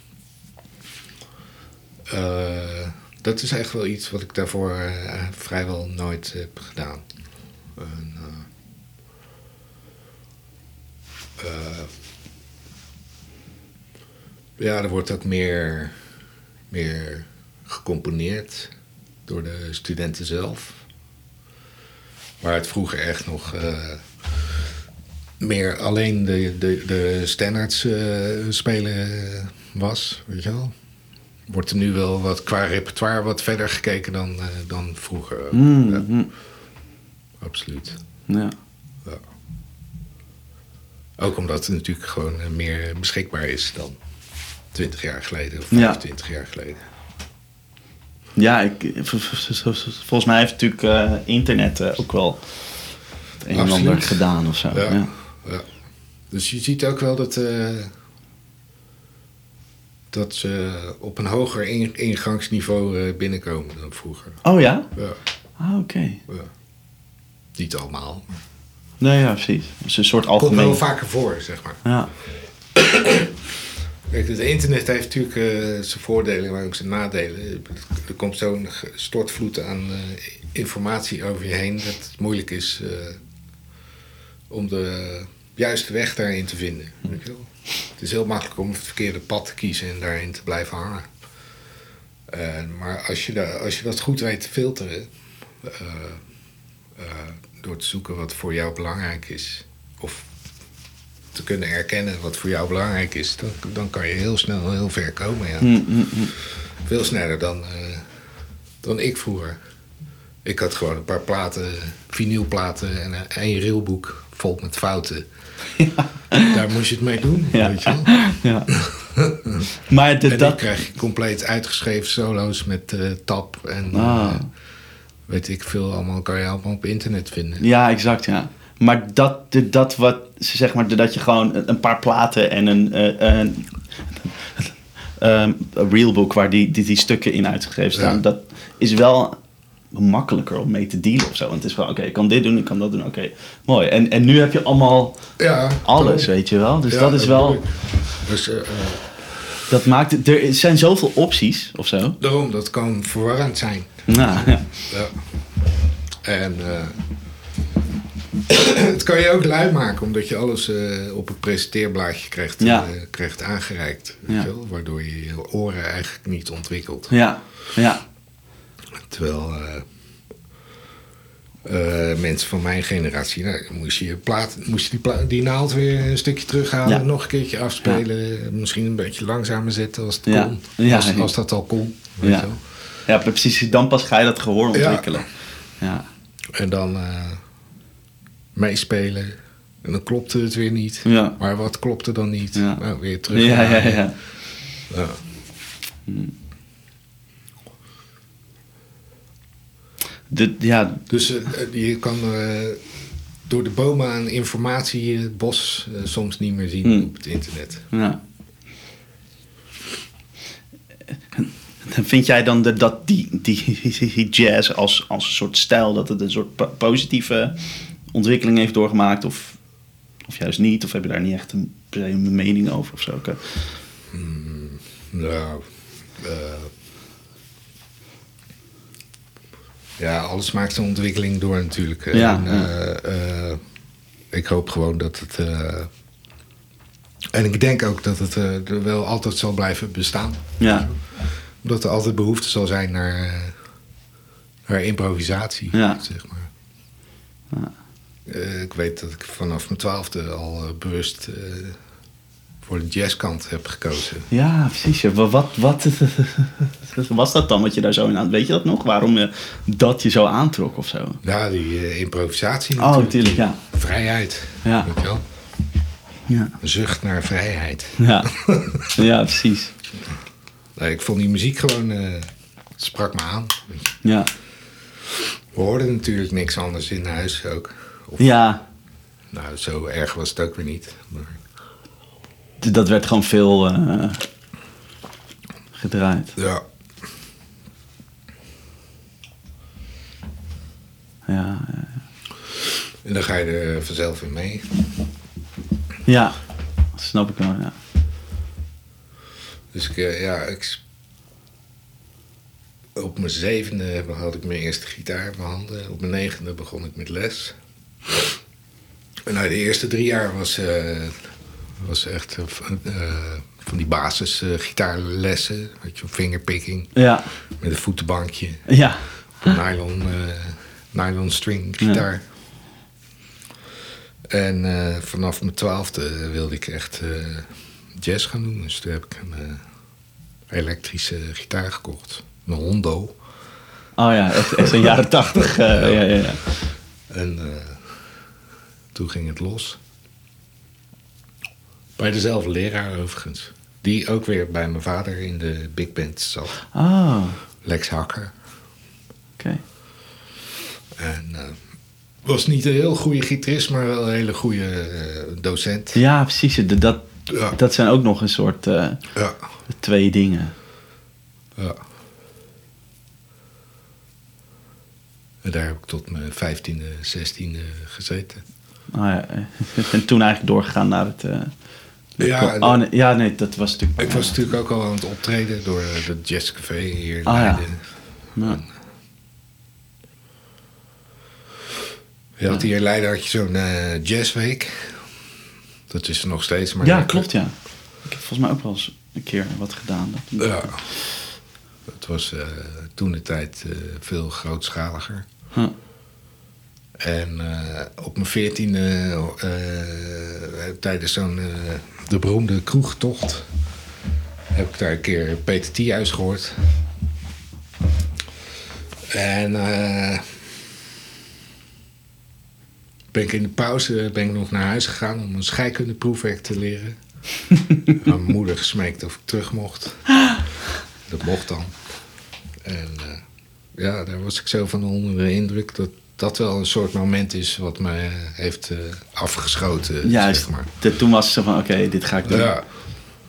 Dat is echt wel iets wat ik daarvoor vrijwel nooit heb gedaan. Er wordt ook meer gecomponeerd door de studenten zelf. Waar het vroeger echt nog meer alleen de standaards spelen was, weet je wel. Wordt er nu wel wat qua repertoire wat verder gekeken dan vroeger. Ja. Absoluut. Ja. Ja. Ook omdat het natuurlijk gewoon meer beschikbaar is dan 20 jaar geleden of 25 jaar geleden. Ja, volgens mij heeft natuurlijk internet ook wel het een en ander gedaan of zo. Ja. Dus je ziet ook wel dat ze op een hoger ingangsniveau binnenkomen dan vroeger. Oh ja? Ja. Ah, oké. Ja. Niet allemaal. Nee, ja, precies. Het is een soort algemeen... Komt wel vaker voor, zeg maar. Ja. Kijk, het internet heeft natuurlijk zijn voordelen, maar ook zijn nadelen. Er komt zo'n stortvloed aan informatie over je heen dat het moeilijk is om de juiste weg daarin te vinden. Weet je wel? Het is heel makkelijk om het verkeerde pad te kiezen en daarin te blijven hangen. Maar als je dat goed weet te filteren, door te zoeken wat voor jou belangrijk is, of te kunnen erkennen wat voor jou belangrijk is, dan kan je heel snel heel ver komen. Ja. Veel sneller dan ik vroeger. Ik had gewoon een paar platen, vinylplaten en een railboek vol met fouten. Ja. Daar moest je het mee doen, weet je wel. Ja. Maar dan krijg je compleet uitgeschreven solo's met tab en weet ik veel, allemaal kan je allemaal op internet vinden. Ja, exact, ja. Maar dat wat, zeg maar, dat je gewoon een paar platen en een realbook waar die stukken in uitgegeven staan, dat is wel makkelijker om mee te dealen of zo. Want het is van, oké, ik kan dit doen, ik kan dat doen, oké, mooi. En nu heb je allemaal alles, weet je wel. Dus dat is wel... Dus, dat maakt het... Er zijn zoveel opties, of zo. daarom, dat kan verwarrend zijn. Nou, ja. Ja. En het kan je ook lui maken, omdat je alles op een presenteerblaadje krijgt aangereikt. Weet je wel? Waardoor je je oren eigenlijk niet ontwikkelt. Ja, ja. Terwijl mensen van mijn generatie, nou, moest je die naald weer een stukje terughalen, nog een keertje afspelen, misschien een beetje langzamer zetten als het kon. Ja. Als dat al kon. Weet je wel. Ja, precies. Dan pas ga je dat gehoor ontwikkelen. Ja. En dan meespelen. En dan klopte het weer niet. Ja. Maar wat klopte dan niet? Ja. Nou, weer terug. Ja. Dus je kan door de bomen aan informatie het bos soms niet meer zien op het internet. Ja. Vind jij dan dat die jazz als een soort stijl, dat het een soort positieve ontwikkeling heeft doorgemaakt? Of juist niet? Of heb je daar niet echt een mening over of zo? Alles maakt zijn ontwikkeling door natuurlijk. Ik hoop gewoon dat het... en ik denk ook dat het er wel altijd zal blijven bestaan. Ja. Omdat er altijd behoefte zal zijn naar improvisatie, zeg maar. Ja. Ik weet dat ik vanaf mijn 12e al bewust voor de jazzkant heb gekozen. Ja, precies. Wat was dat dan wat je daar zo in aan... Weet je dat nog? Waarom dat je zo aantrok of zo? Ja, die improvisatie natuurlijk. Oh, natuurlijk, ja. Vrijheid. Ja. Weet je wel? Ja. Een zucht naar vrijheid. Ja, ja, precies. Nee, ik vond die muziek gewoon... het sprak me aan. Ja. We hoorden natuurlijk niks anders in huis ook. Ja. Nou, zo erg was het ook weer niet. Maar... Dat werd gewoon veel gedraaid. Ja. Ja. En dan ga je er vanzelf in mee. Ja, dat snap ik wel, ja. Dus op mijn 7e had ik mijn eerste gitaar in mijn handen. Op mijn 9e begon ik met les. En nou, de eerste 3 jaar was echt van die basis gitaarlessen. Weet je, fingerpicking. Ja. Met een voetenbankje. Ja. Nylon string gitaar. Ja. En vanaf mijn 12e wilde ik echt jazz gaan doen. Dus toen heb ik een elektrische gitaar gekocht. Een Hondo. Oh ja, echt een jaren 80. Ja. En toen ging het los. Bij dezelfde leraar overigens. Die ook weer bij mijn vader in de big band zat. Oh. Lex Hakker. Oké. En was niet een heel goede gitarist, maar wel een hele goede docent. Ja, precies. Dat zijn ook nog een soort 2 dingen. Ja. En daar heb ik tot mijn 15e, 16e gezeten. Oh ja. En toen eigenlijk doorgegaan naar het... nee, dat was natuurlijk... Ik was natuurlijk ook al aan het optreden door het jazzcafé hier in Leiden. Ja. Je had hier in Leiden had je zo'n jazzweek. Dat is er nog steeds. Maar ja, klopt, ja. Ik heb volgens mij ook wel eens een keer wat gedaan. Ja. Het was toen de tijd veel grootschaliger. Huh. En op mijn 14e, tijdens de beroemde kroegtocht, heb ik daar een keer Peter Thiehuis gehoord. En ben ik in de pauze nog naar huis gegaan om een scheikundeproefwerk te leren. Mijn moeder gesmeekt of ik terug mocht. Dat mocht dan. En daar was ik zo van onder de indruk dat wel een soort moment is wat mij heeft afgeschoten. Ja, zeg maar. Toen was het zo van, oké, dit ga ik doen. Ja.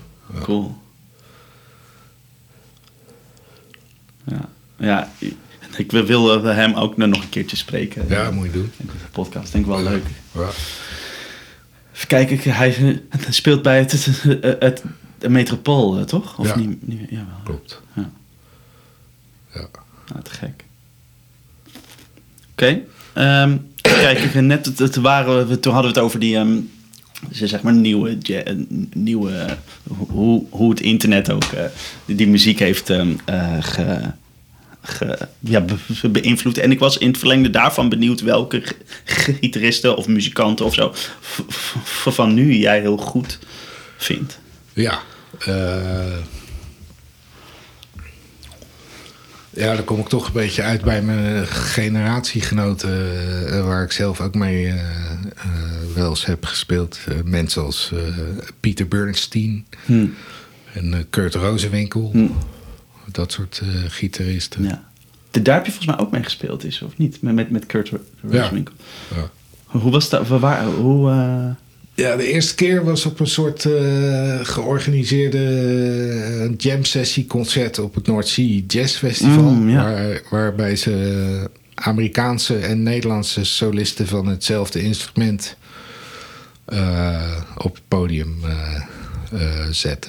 Cool. Ja. Ik wil hem ook nog een keertje spreken. Ja, moet je doen. In de podcast, denk ik wel leuk. Ja. Even kijken, hij speelt bij het Metropool, toch? Of Ja. niet? Jawel. Klopt. Ja. Ja. Nou, te gek. Oké. Kijk, toen hadden we het over die... zeg maar nieuwe hoe het internet ook die muziek heeft beïnvloed. En ik was in het verlengde daarvan benieuwd welke gitaristen of muzikanten of zo van nu jij heel goed vindt. Ja. Ja, dan kom ik toch een beetje uit bij mijn generatiegenoten... waar ik zelf ook mee wel eens heb gespeeld. Mensen als Peter Bernstein en Kurt Rosenwinkel. Dat soort gitaristen. Ja. Daar heb je volgens mij ook mee gespeeld, is of niet? Met Kurt Rosenwinkel. Ja. Hoe was dat? Ja, de eerste keer was op een soort georganiseerde jam-sessie-concert op het North Sea Jazz Festival. Waarbij ze Amerikaanse en Nederlandse solisten van hetzelfde instrument op het podium zetten.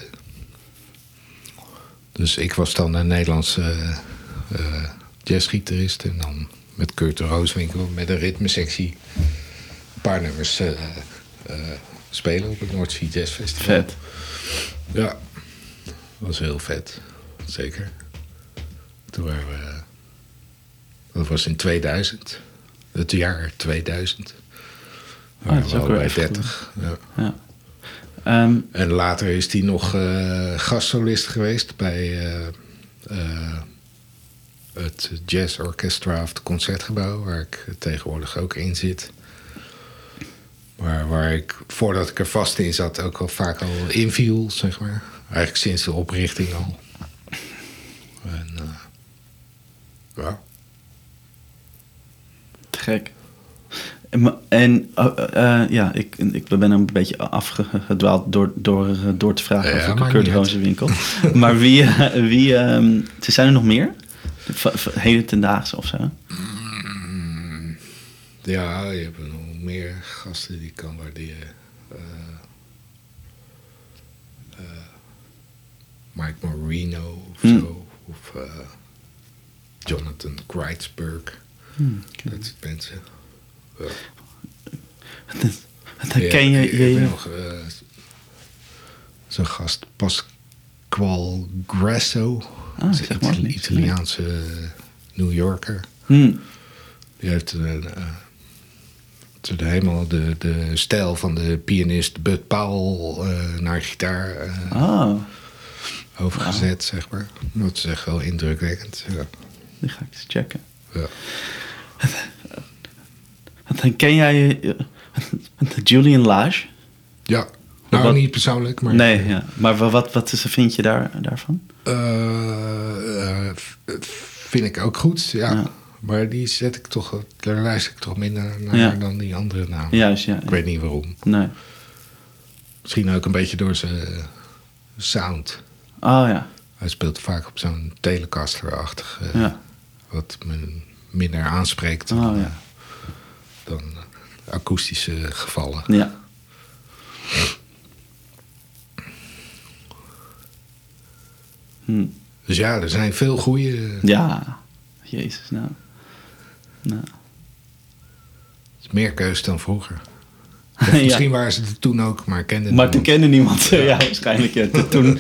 Dus ik was dan een Nederlandse jazzgitarist en dan met Kurt Rooswinkel met een ritmesectie een paar nummers spelen op het North Sea Jazz Festival. Vet. Ja, dat was heel vet. Zeker. Toen waren we... Dat was in 2000. Het jaar 2000. Dat is ook weer bij even 30. Ja. En later is hij nog gastsolist geweest bij het Jazz Orchestra of het Concertgebouw, waar ik tegenwoordig ook in zit. Maar waar ik, voordat ik er vast in zat, ook al vaak al inviel, zeg maar. Eigenlijk sinds de oprichting al. En ja. Te gek. Ik ben een beetje afgedwaald door te vragen over Kurt Rosenwinkel. Maar zijn er nog meer? Heden ten daagse of zo? Ja, je hebt nog meer gasten die ik kan waarderen. Mike Marino of zo. Of Jonathan Kreitzberg. Dat soort mensen. Ja. Herken je nog zo'n gast, Pasquale Grasso. Zeg maar een Italiaanse New Yorker. Die heeft helemaal de stijl van de pianist Bud Powell naar gitaar overgezet, zeg maar. Dat is echt wel indrukwekkend. Ja. Die ga ik eens checken. Ja. Ken jij Julian Lage? Ja, nou niet persoonlijk, maar... Nee, ja. Maar wat vind je daarvan? Vind ik ook goed, ja. Maar die daar luister ik toch minder naar dan die andere namen. Juist, ja. Ik weet niet waarom. Nee. Misschien ook een beetje door zijn sound. Oh ja. Hij speelt vaak op zo'n Telecaster-achtig. Wat me minder aanspreekt dan akoestische gevallen. Ja. Dus ja, er zijn veel goede. Ja, jezus, nou. Het is meer keus dan vroeger. Misschien waren ze er toen ook, maar kenden niemand. Maar toen kende niemand, ja waarschijnlijk. Ja. Toen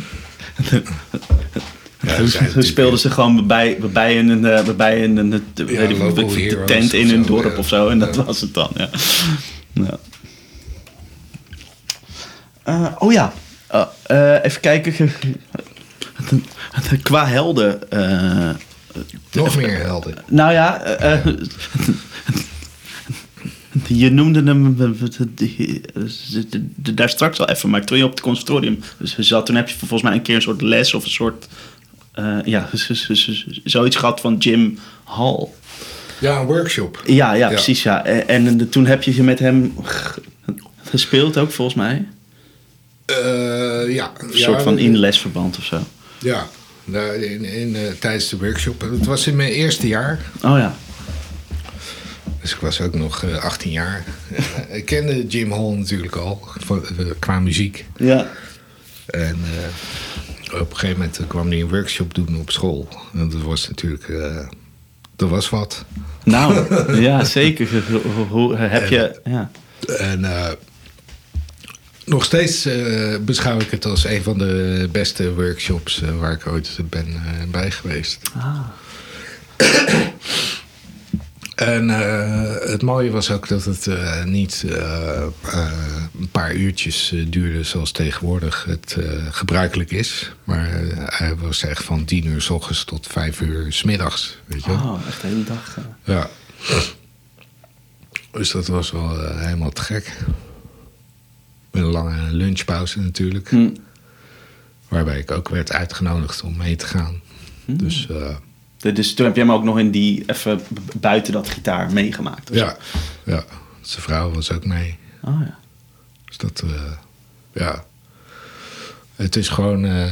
speelden ze gewoon bij een tent in hun dorp of zo. En dat was het dan, ja. Even kijken. Qua helden. Nog meer helden. Nou ja, je noemde hem daar straks al even, maar toen je op het conservatorium zat, toen heb je volgens mij een keer een soort les of een soort zoiets gehad van Jim Hall. Ja, een workshop. Ja, precies, ja. En toen heb je met hem gespeeld ook, volgens mij. Ja. Een soort van in lesverband of zo. Ja, Tijdens de workshop. Het was in mijn eerste jaar. Oh ja. Dus ik was ook nog 18 jaar. Ik kende Jim Hall natuurlijk al, qua muziek. Ja. En op een gegeven moment kwam hij een workshop doen op school. En dat was natuurlijk... dat was wat. Nou, ja, zeker. Hoe heb je... Ja. En nog steeds beschouw ik het als een van de beste workshops waar ik ooit ben bij geweest. Ah. En het mooie was ook dat het niet een paar uurtjes duurde zoals tegenwoordig het gebruikelijk is. Maar hij was echt van 10 uur 's ochtends tot 5 uur 's middags. Weet je wel? Oh, echt de hele dag. Ja. Dus dat was wel helemaal te gek. Met een lange lunchpauze natuurlijk. Waarbij ik ook werd uitgenodigd om mee te gaan. Dus toen heb je hem ook nog in die even buiten dat gitaar meegemaakt? Ja. Zijn vrouw was ook mee. Oh ja. Dus dat, ja. Het is gewoon...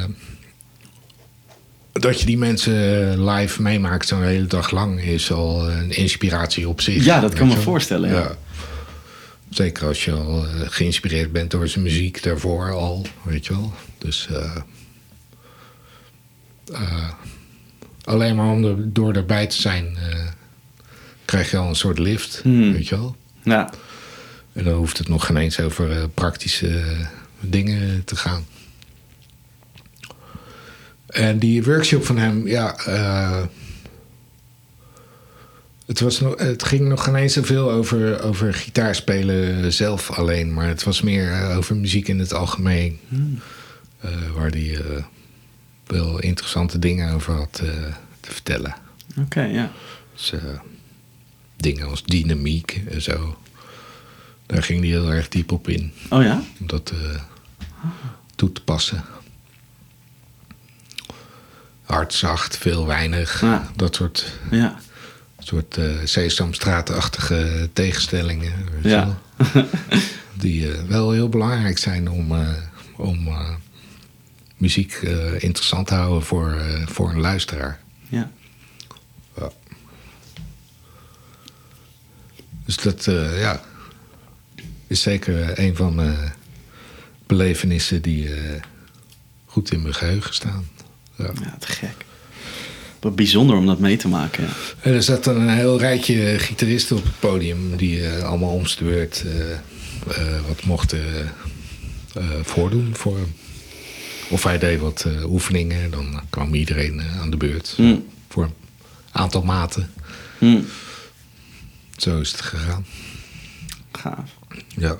dat je die mensen live meemaakt zo'n hele dag lang... is al een inspiratie op zich. Ja, dat kan me voorstellen. Ja. Zeker als je al geïnspireerd bent door zijn muziek daarvoor al, weet je wel. Dus alleen maar om door erbij te zijn... krijg je al een soort lift, weet je wel. Ja. En dan hoeft het nog geen eens over praktische dingen te gaan. En die workshop van hem, ja... Het ging nog geen eens zoveel over gitaarspelen zelf alleen... maar het was meer over muziek in het algemeen. Waar hij wel interessante dingen over had te vertellen. Oké, ja. Dus, dingen als dynamiek en zo. Daar ging hij heel erg diep op in. Oh ja? Om dat toe te passen. Hard, zacht, veel, weinig. Ja. Dat soort... Ja. Een soort Sesamstraat-achtige tegenstellingen. Weet je Ja. wel? Die wel heel belangrijk zijn om muziek interessant te houden voor een luisteraar. Ja. Ja. Dus dat is zeker een van de belevenissen die goed in mijn geheugen staan. Ja, Te gek. Wat bijzonder om dat mee te maken. Ja. En er zat dan een heel rijtje gitaristen op het podium... die allemaal om de beurt wat mochten voordoen voor hem. Of hij deed wat oefeningen. Dan kwam iedereen aan de beurt. Voor een aantal maten. Zo is het gegaan. Gaaf. Ja.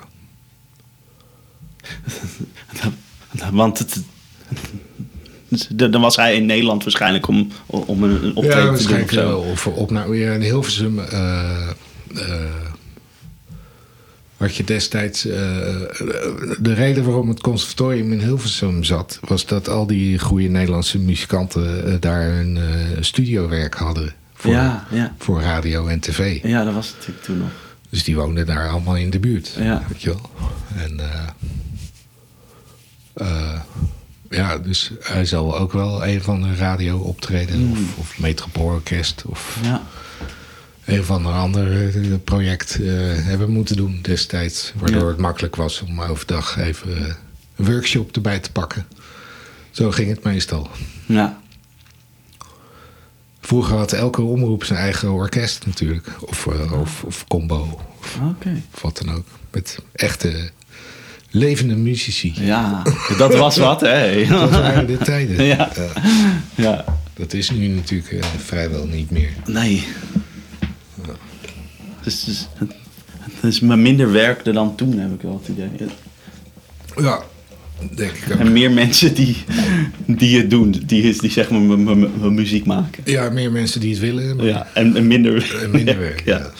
Want dan was hij in Nederland waarschijnlijk om een optreden te doen of zo. Of weer in Hilversum... wat je destijds... de reden waarom het conservatorium in Hilversum zat... was dat al die goede Nederlandse muzikanten... daar een studiowerk hadden... voor radio en tv. Ja, dat was het natuurlijk toen nog. Dus die woonden daar allemaal in de buurt. Ja. Weet je wel. En... dus hij zal ook wel een van de radio optreden... of Metropoolorkest... of een van de andere project hebben moeten doen destijds. Waardoor het makkelijk was om overdag even een workshop erbij te pakken. Zo ging het meestal. Ja. Vroeger had elke omroep zijn eigen orkest natuurlijk. Of combo. Of wat dan ook. Met echte... levende muzici. Ja, dat was wat, hè? Dat waren de tijden. Ja. Dat is nu natuurlijk vrijwel niet meer. Nee. Dus het is maar minder werk dan toen, heb ik wel het idee. Ja, denk ik ook. En meer mensen die het doen, die zeg maar muziek maken. Ja, meer mensen die het willen. Maar... Ja, en minder werk. Ja.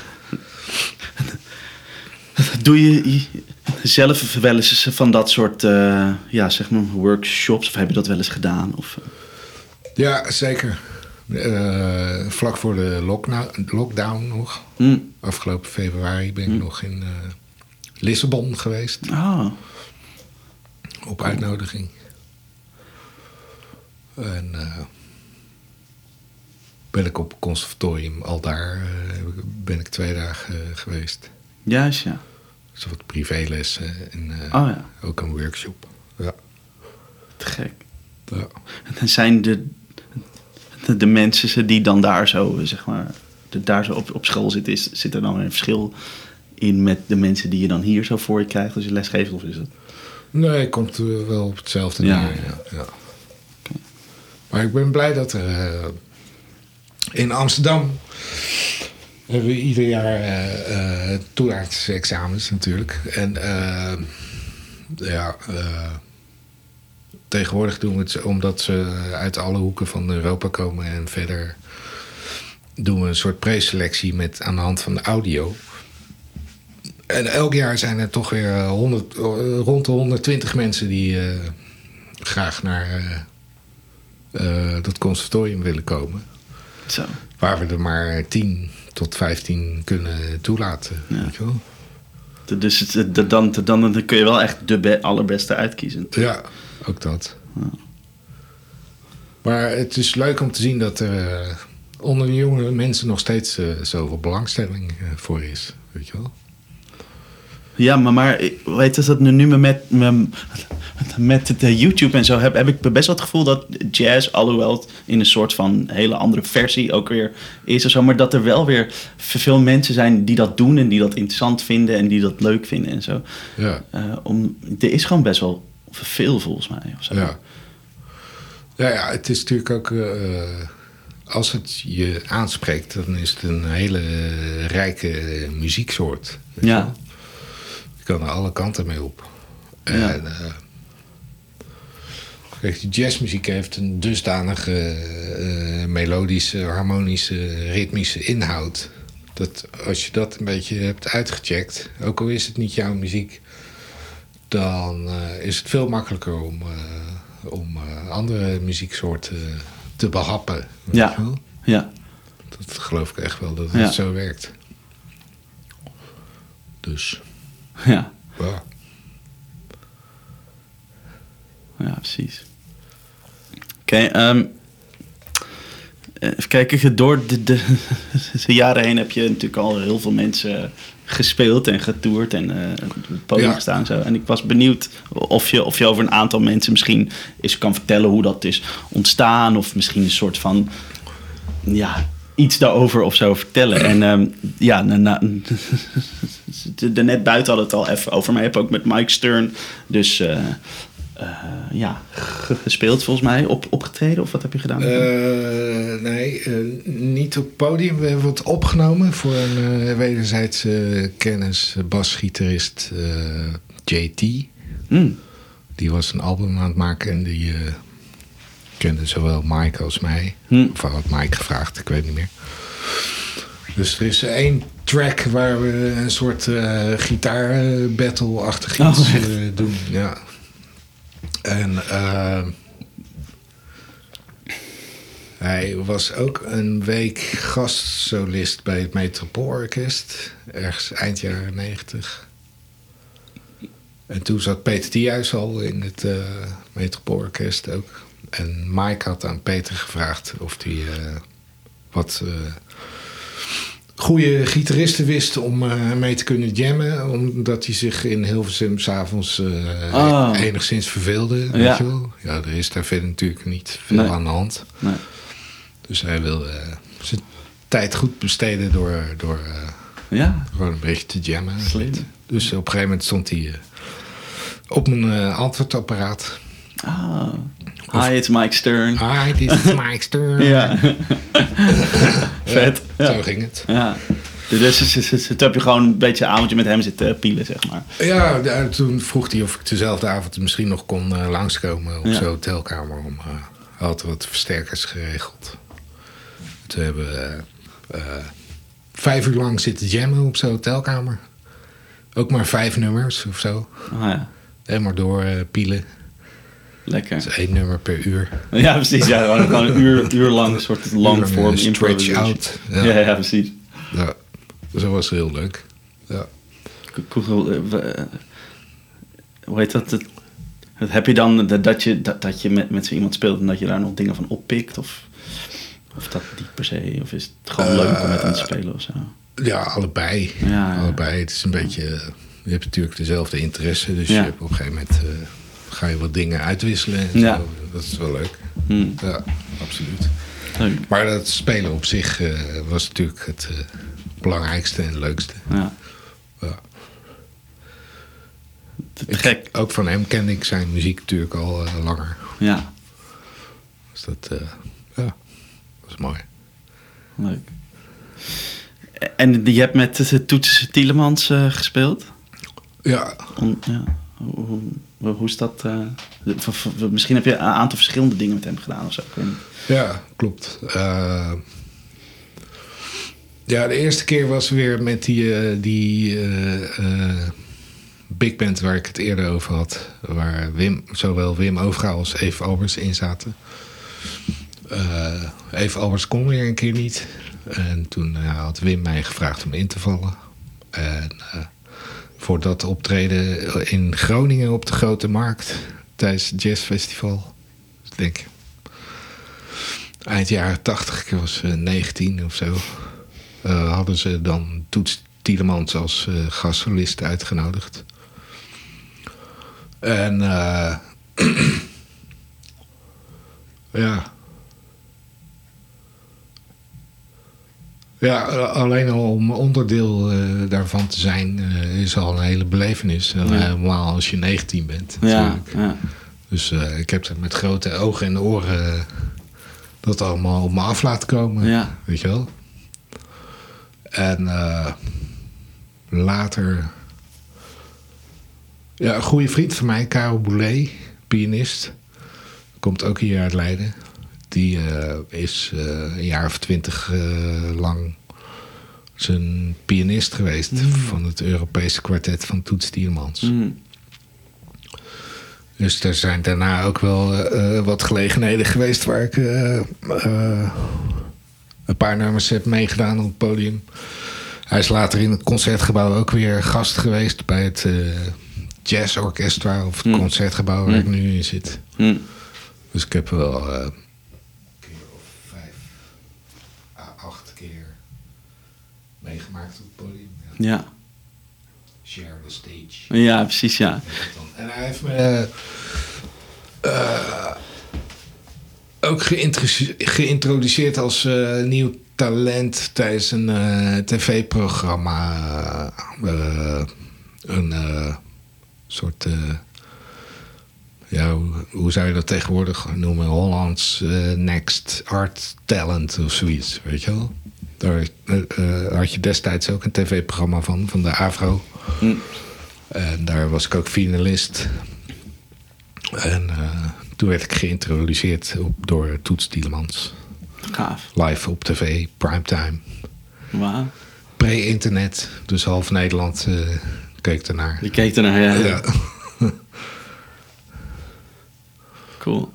Doe je zelf wel eens van dat soort zeg maar workshops? Of heb je dat wel eens gedaan? Of? Ja, zeker. Vlak voor de lockdown nog. Afgelopen februari ben ik nog in Lissabon geweest. Op uitnodiging. En ben ik op het conservatorium, al daar ben ik 2 dagen geweest. Juist, ja. Dus wat privélessen en ook een workshop. Ja. Te gek. Ja. En zijn de mensen die dan daar zo, zeg maar, daar zo op school zitten, zit er dan een verschil in met de mensen die je dan hier zo voor je krijgt als je lesgeeft, of is het? Nee, komt wel op hetzelfde neer. Ja. Okay. Maar ik ben blij dat er in Amsterdam hebben we ieder jaar toelatingsexamens natuurlijk. En tegenwoordig doen we het omdat ze uit alle hoeken van Europa komen. En verder doen we een soort preselectie met aan de hand van de audio. En elk jaar zijn er toch weer rond de 120 mensen die graag naar dat conservatorium willen komen. Zo. Waar we er maar 10 tot 15 kunnen toelaten. Ja. Weet je wel? Dus dan kun je wel echt de allerbeste uitkiezen. Ja, ook dat. Ja. Maar het is leuk om te zien dat er onder de jonge mensen nog steeds zoveel belangstelling voor is. Weet je wel? Ja, maar weet je dat nu met het YouTube en zo heb ik best wel het gevoel dat jazz, alhoewel het in een soort van hele andere versie ook weer is of zo, maar dat er wel weer veel mensen zijn die dat doen en die dat interessant vinden en die dat leuk vinden en zo. Ja. Er is gewoon best wel veel volgens mij. Of zo. Ja. Ja, het is natuurlijk ook als het je aanspreekt, dan is het een hele rijke muzieksoort. Ja. Je kan er alle kanten mee op. Ja. En kijk, de jazzmuziek heeft een dusdanige melodische, harmonische, ritmische inhoud. Dat als je dat een beetje hebt uitgecheckt, ook al is het niet jouw muziek, dan is het veel makkelijker om andere muzieksoorten te behappen. Ja. Ja. Dat geloof ik echt wel, dat het zo werkt. Dus. Ja. Ja. Ja, precies. Oké, even kijken. Door de jaren heen heb je natuurlijk al heel veel mensen gespeeld en getoerd en op het podium gestaan en zo. En ik was benieuwd of je over een aantal mensen misschien eens kan vertellen hoe dat is ontstaan. Of misschien een soort van, iets daarover of zo vertellen. En net buiten hadden het al even over. Maar je hebt ook met Mike Stern dus gespeeld volgens mij. Opgetreden of wat heb je gedaan? Nee, niet op het podium. We hebben het opgenomen voor een wederzijdse kennis. Basgitarist JT. Die was een album aan het maken en die kende zowel Mike als mij. Of had Mike gevraagd, ik weet niet meer. Dus er is 1 track waar we een soort gitaar-battle-achtig iets doen. Ja. En hij was ook een week gastsolist bij het Metropoolorkest. Ergens eind jaren 90. En toen zat Peter Thiehuis al in het Metropoolorkest ook. En Mike had aan Peter gevraagd of hij wat goede gitaristen wist om mee te kunnen jammen. Omdat hij zich in Hilversum 's avonds enigszins verveelde. Weet je wel? Ja, er is daar verder natuurlijk niet veel aan de hand. Nee. Dus hij wil zijn tijd goed besteden door gewoon een beetje te jammen. Slim. Dus op een gegeven moment stond hij op mijn antwoordapparaat. Hi, it's Mike Stern. Hi, this is Mike Stern. Ja. Vet. Ja, zo ging het. Ja. Dus toen heb je gewoon een beetje een avondje met hem zitten pielen, zeg maar. Ja, toen vroeg hij of ik dezelfde avond misschien nog kon langskomen op zijn hotelkamer. Hij had wat versterkers geregeld. Toen hebben we 5 uur lang zitten jammen op zijn hotelkamer. Ook maar 5 nummers of zo. Helemaal door pielen. Lekker. Dat is 1 nummer per uur. Ja, precies. Ja, gewoon een uur lang, een soort lang vorm stretch out. Ja, precies. Ja, dus dat was heel leuk. Ja. Hoe heet dat? Heb je dan dat je met zo iemand speelt en dat je daar nog dingen van oppikt? Of dat niet per se? Of is het gewoon leuk om met hem te spelen of zo? Ja, allebei. Ja. Allebei. Het is een beetje... Je hebt natuurlijk dezelfde interesse. Dus je hebt op een gegeven moment... ga je wat dingen uitwisselen en zo. Dat is wel leuk. Ja, absoluut. Leuk. Maar dat spelen op zich was natuurlijk het belangrijkste en leukste. Ja. Gek. Ook van hem kende ik zijn muziek natuurlijk al langer. Ja. Dus dat was mooi. Leuk. En je hebt met Toets Tielemans gespeeld? Ja. Hoe is dat? Misschien heb je een aantal verschillende dingen met hem gedaan of zo. Ik weet niet. Ja, klopt. Ja, de eerste keer was weer met die big band waar ik het eerder over had. Waar zowel Wim Overgaal als Eve Albers in zaten. Eve Albers kon weer een keer niet. En toen had Wim mij gevraagd om in te vallen. En voor dat optreden in Groningen op de Grote Markt tijdens het jazzfestival, denk ik. Eind jaren 80, ik was 19 of zo. Hadden ze dan Toets Tielemans als gastsolist uitgenodigd. En ja, alleen al om onderdeel daarvan te zijn is al een hele belevenis. Helemaal als je 19 bent. Ja. Dus ik heb er met grote ogen en oren dat allemaal op me af laten komen. Ja. Weet je wel? En later... Ja, een goede vriend van mij, Karel Boulet, pianist. Komt ook hier uit Leiden. Die is een jaar of 20 lang zijn pianist geweest van het Europese kwartet van Toets Tielemans. Dus er zijn daarna ook wel wat gelegenheden geweest waar ik een paar nummers heb meegedaan op het podium. Hij is later in het Concertgebouw ook weer gast geweest bij het jazzorchestra of het Concertgebouw waar ik nu in zit. Dus ik heb wel... 8 keer meegemaakt op het podium. Ja. Share the stage. Ja, precies, ja. En hij heeft me ook geïntroduceerd als nieuw talent tijdens een tv-programma. Een soort... hoe zou je dat tegenwoordig noemen? Hollands Next Art Talent of zoiets, weet je wel? Daar had je destijds ook een tv-programma van de AVRO. En daar was ik ook finalist. En toen werd ik geïntroduceerd door Toets Tielemans. Gaaf. Live op tv, primetime. Wauw. Pre-internet, dus half Nederland keek ernaar. Die keek ernaar, ja. Cool.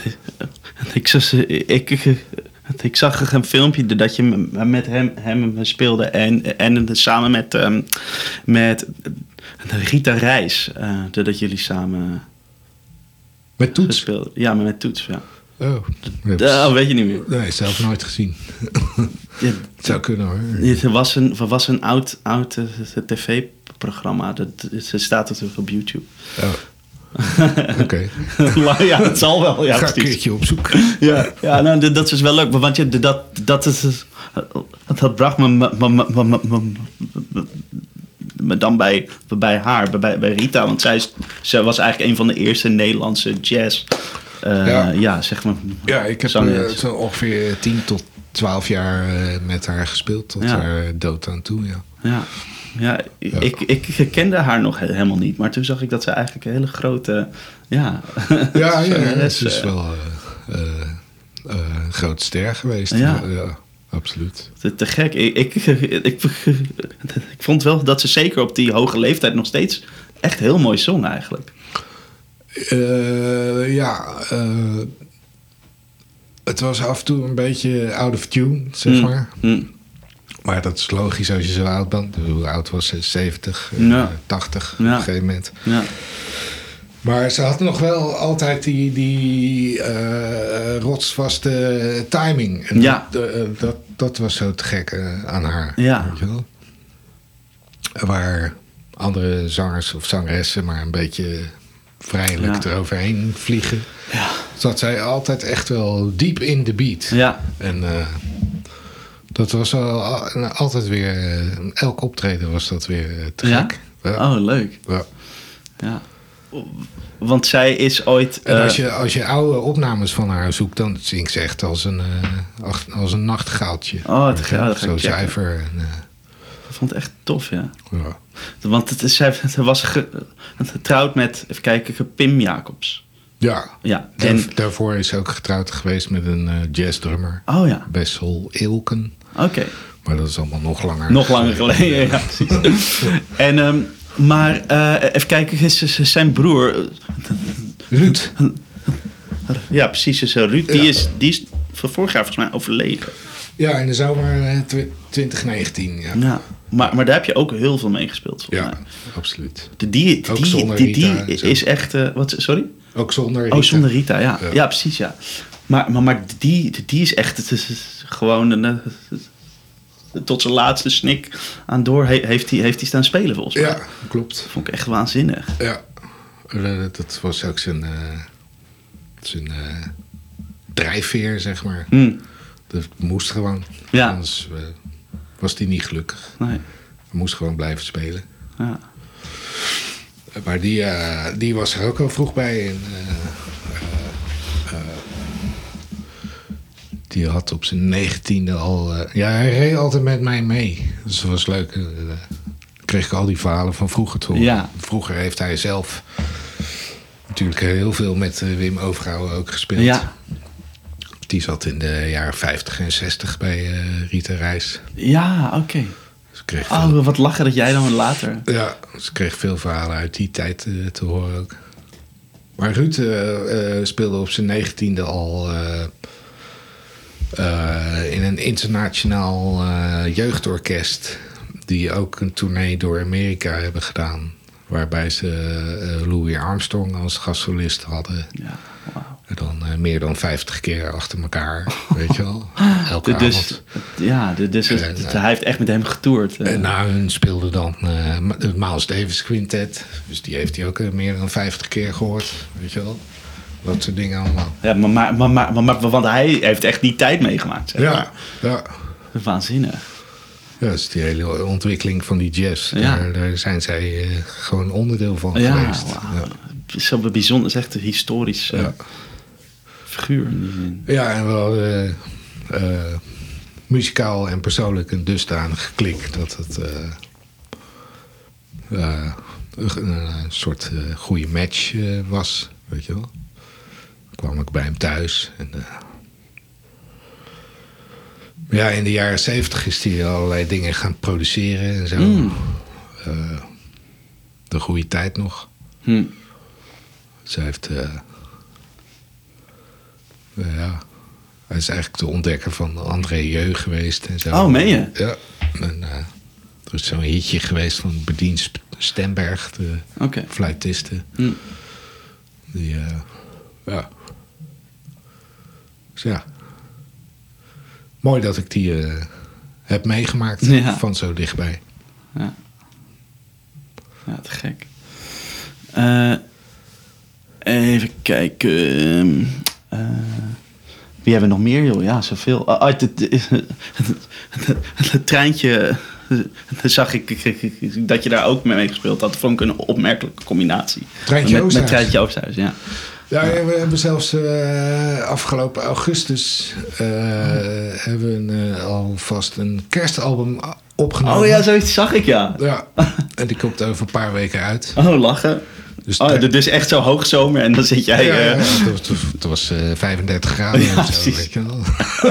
Ik zag een filmpje dat je met hem speelde en samen met Rita Reis. Dat jullie samen... Met Toets? Gespeeld. Ja, maar met Toets, ja. Oh, weet je niet meer. Nee, zelf nooit gezien. Het zou kunnen hoor. Er was een oud tv-programma. Dat staat natuurlijk op YouTube. Oh. Oké. Ja, het zal wel. Ja, ga een keertje op zoek. Ja, nou, dat is wel leuk. Want dat bracht me dan bij haar, bij Rita. Want zij was eigenlijk een van de eerste Nederlandse jazz... zeg maar. Ja, ik heb zo ongeveer 10 tot 12 jaar met haar gespeeld. Tot haar dood aan toe, Ja, ik kende haar nog helemaal niet. Maar toen zag ik dat ze eigenlijk een hele grote... het is wel een grote ster geweest. Ja, absoluut. Te gek. Ik vond wel dat ze zeker op die hoge leeftijd nog steeds echt heel mooi zong eigenlijk. Het was af en toe een beetje out of tune, zeg maar. Maar dat is logisch als je zo oud bent. Hoe oud was ze? 70, 80 op een gegeven moment. Ja. Maar ze had nog wel altijd die rotsvaste timing. En Ja. dat was zo te gek aan haar. Ja. Weet je wel? Waar andere zangers of zangeressen maar een beetje vrijelijk eroverheen vliegen. Ja. Zat zij altijd echt wel diep in de beat. Ja. En dat was altijd weer... elk optreden was dat weer te gek. Ja. Oh, leuk. Ja. Ja. Want zij is ooit... En als je oude opnames van haar zoekt, dan zingt ze echt als een nachtegaaltje. Oh, te gaaf. Zo zuiver. En, ik vond het echt tof, ja. ja. Want zij was getrouwd met, even kijken, Pim Jacobs. Ja. Ja. Daarvoor is ze ook getrouwd geweest met een jazzdrummer. Oh ja. Bessel Ilken. Oké. Maar dat is allemaal nog langer. Nog langer geleden, ja, precies. En, maar even kijken, zijn broer... Ruud. Ja, precies. Dus Ruud, die is vorig jaar volgens mij overleden. Ja, in de zomer 2019. Ja, ja. Maar daar heb je ook heel veel mee gespeeld, volgens mij. Absoluut. Die is echt... sorry? Ook zonder Rita. Oh, zonder Rita, ja. Ja, precies, ja. Maar die is echt... Het is gewoon... tot zijn laatste snik aan door heeft hij staan spelen, volgens mij. Ja, klopt. Vond ik echt waanzinnig. Ja. Dat was ook zijn drijfveer, zeg maar. Dat moest gewoon. Ja. Anders was hij niet gelukkig. Nee. Hij moest gewoon blijven spelen. Ja. Maar die was er ook al vroeg bij. En, die had op zijn 19e al... hij reed altijd met mij mee. Dus dat was leuk. Kreeg ik al die verhalen van vroeger te horen. Ja. Vroeger heeft hij zelf natuurlijk heel veel met Wim Overgouwen ook gespeeld. Ja. Die zat in de jaren 50 en 60 bij Rita Reis. Ja, oké. Dus wat lachen dat jij dan later... Ja, ze kreeg veel verhalen uit die tijd te horen ook. Maar Ruud speelde op zijn 19e al... in een internationaal jeugdorkest... die ook een tournee door Amerika hebben gedaan... waarbij ze Louis Armstrong als gastsolist hadden. Ja, wow. En dan meer dan 50 keer achter elkaar, weet je wel. Elke avond. Ja, hij heeft echt met hem getoerd. En na hun speelde dan het Miles Davis Quintet. Dus die heeft hij ook meer dan 50 keer gehoord, weet je wel. Dat soort dingen allemaal. Ja, maar want hij heeft echt die tijd meegemaakt. Zeg maar. Ja. Waanzinnig. Ja, dat is die hele ontwikkeling van die jazz. Ja. Daar zijn zij gewoon onderdeel van geweest. Wow. Ja. Zo bijzonder. Het is echt een historisch figuur in die zin. Ja, en we hadden muzikaal en persoonlijk een dusdanig klik... dat het een soort goede match was, weet je wel. Kwam ik bij hem thuis. En, in de jaren 70 is hij allerlei dingen gaan produceren en zo. De goede tijd nog. Zij heeft... hij is eigenlijk de ontdekker van André Jeu geweest en zo. Oh, meen je? Ja. En er is zo'n hitje geweest van Bedien Stemberg, de fluitiste. Die, Dus ja. Mooi dat ik die heb meegemaakt van zo dichtbij. Ja. Ja, te gek. Even kijken. Wie hebben we nog meer, joh? Ja, zoveel. Het treintje... zag ik dat je daar ook mee gespeeld had. Dat vond ik een opmerkelijke combinatie. Treintje Oosthuis. Met Treintje Oosthuis, ja. Ja, we hebben zelfs afgelopen augustus... hebben we alvast een kerstalbum opgenomen. Oh ja, zoiets zag ik, ja. Ja, en die komt over een paar weken uit. Oh, lachen. Dus echt zo hoogzomer en dan zit jij... Het was 35 graden ja, of zo, weet je wel.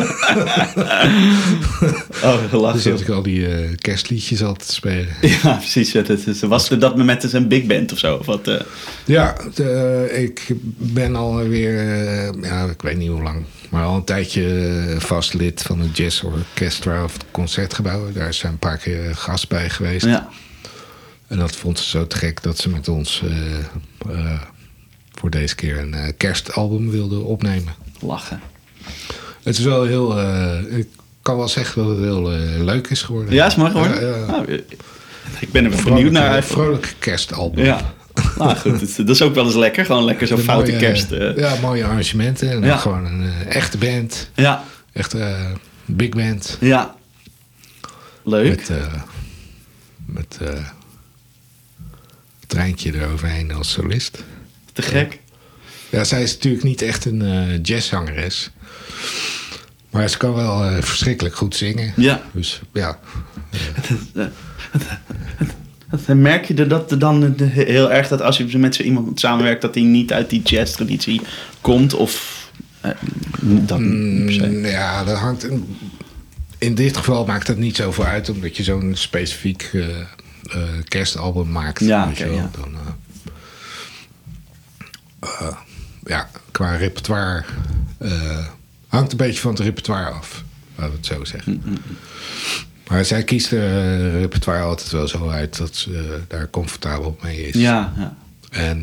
Lachen. Dus had ik al die kerstliedjes altijd te spelen. Ja, precies. Was dat met een big band of zo? Of wat, Ja, ik ben alweer... ik weet niet hoe lang... maar al een tijdje vast lid van het Jazz Orchestra of het Concertgebouw. Daar zijn een paar keer gast bij geweest. Ja. En dat vond ze zo te gek dat ze met ons voor deze keer een kerstalbum wilde opnemen. Lachen. Het is wel heel... ik kan wel zeggen dat het heel leuk is geworden. Ja, is mooi geworden? Nou, ik ben er benieuwd naar. Een vrolijk kerstalbum. Ja. Nou goed, dat is ook wel eens lekker. Gewoon lekker zo'n foute kerst. Ja, mooie arrangementen. En dan gewoon een echte band. Ja. Echt big band. Ja. Leuk. Met treintje eroverheen als solist. Te gek. Ja, zij is natuurlijk niet echt een jazzzangeres. Maar ze kan wel verschrikkelijk goed zingen. Ja. Dus ja. Merk je dat dan heel erg dat als je met zo iemand samenwerkt... dat hij niet uit die jazz-traditie komt? Of dat niet per se? Ja, dat hangt... In dit geval maakt dat niet zoveel uit... omdat je zo'n specifiek kerstalbum maakt. Ja, weet je wel. ja. Dan, qua repertoire... hangt een beetje van het repertoire af. Laten we het zo zeggen. Maar zij kiest de repertoire altijd wel zo uit... dat ze daar comfortabel mee is. Ja, ja. En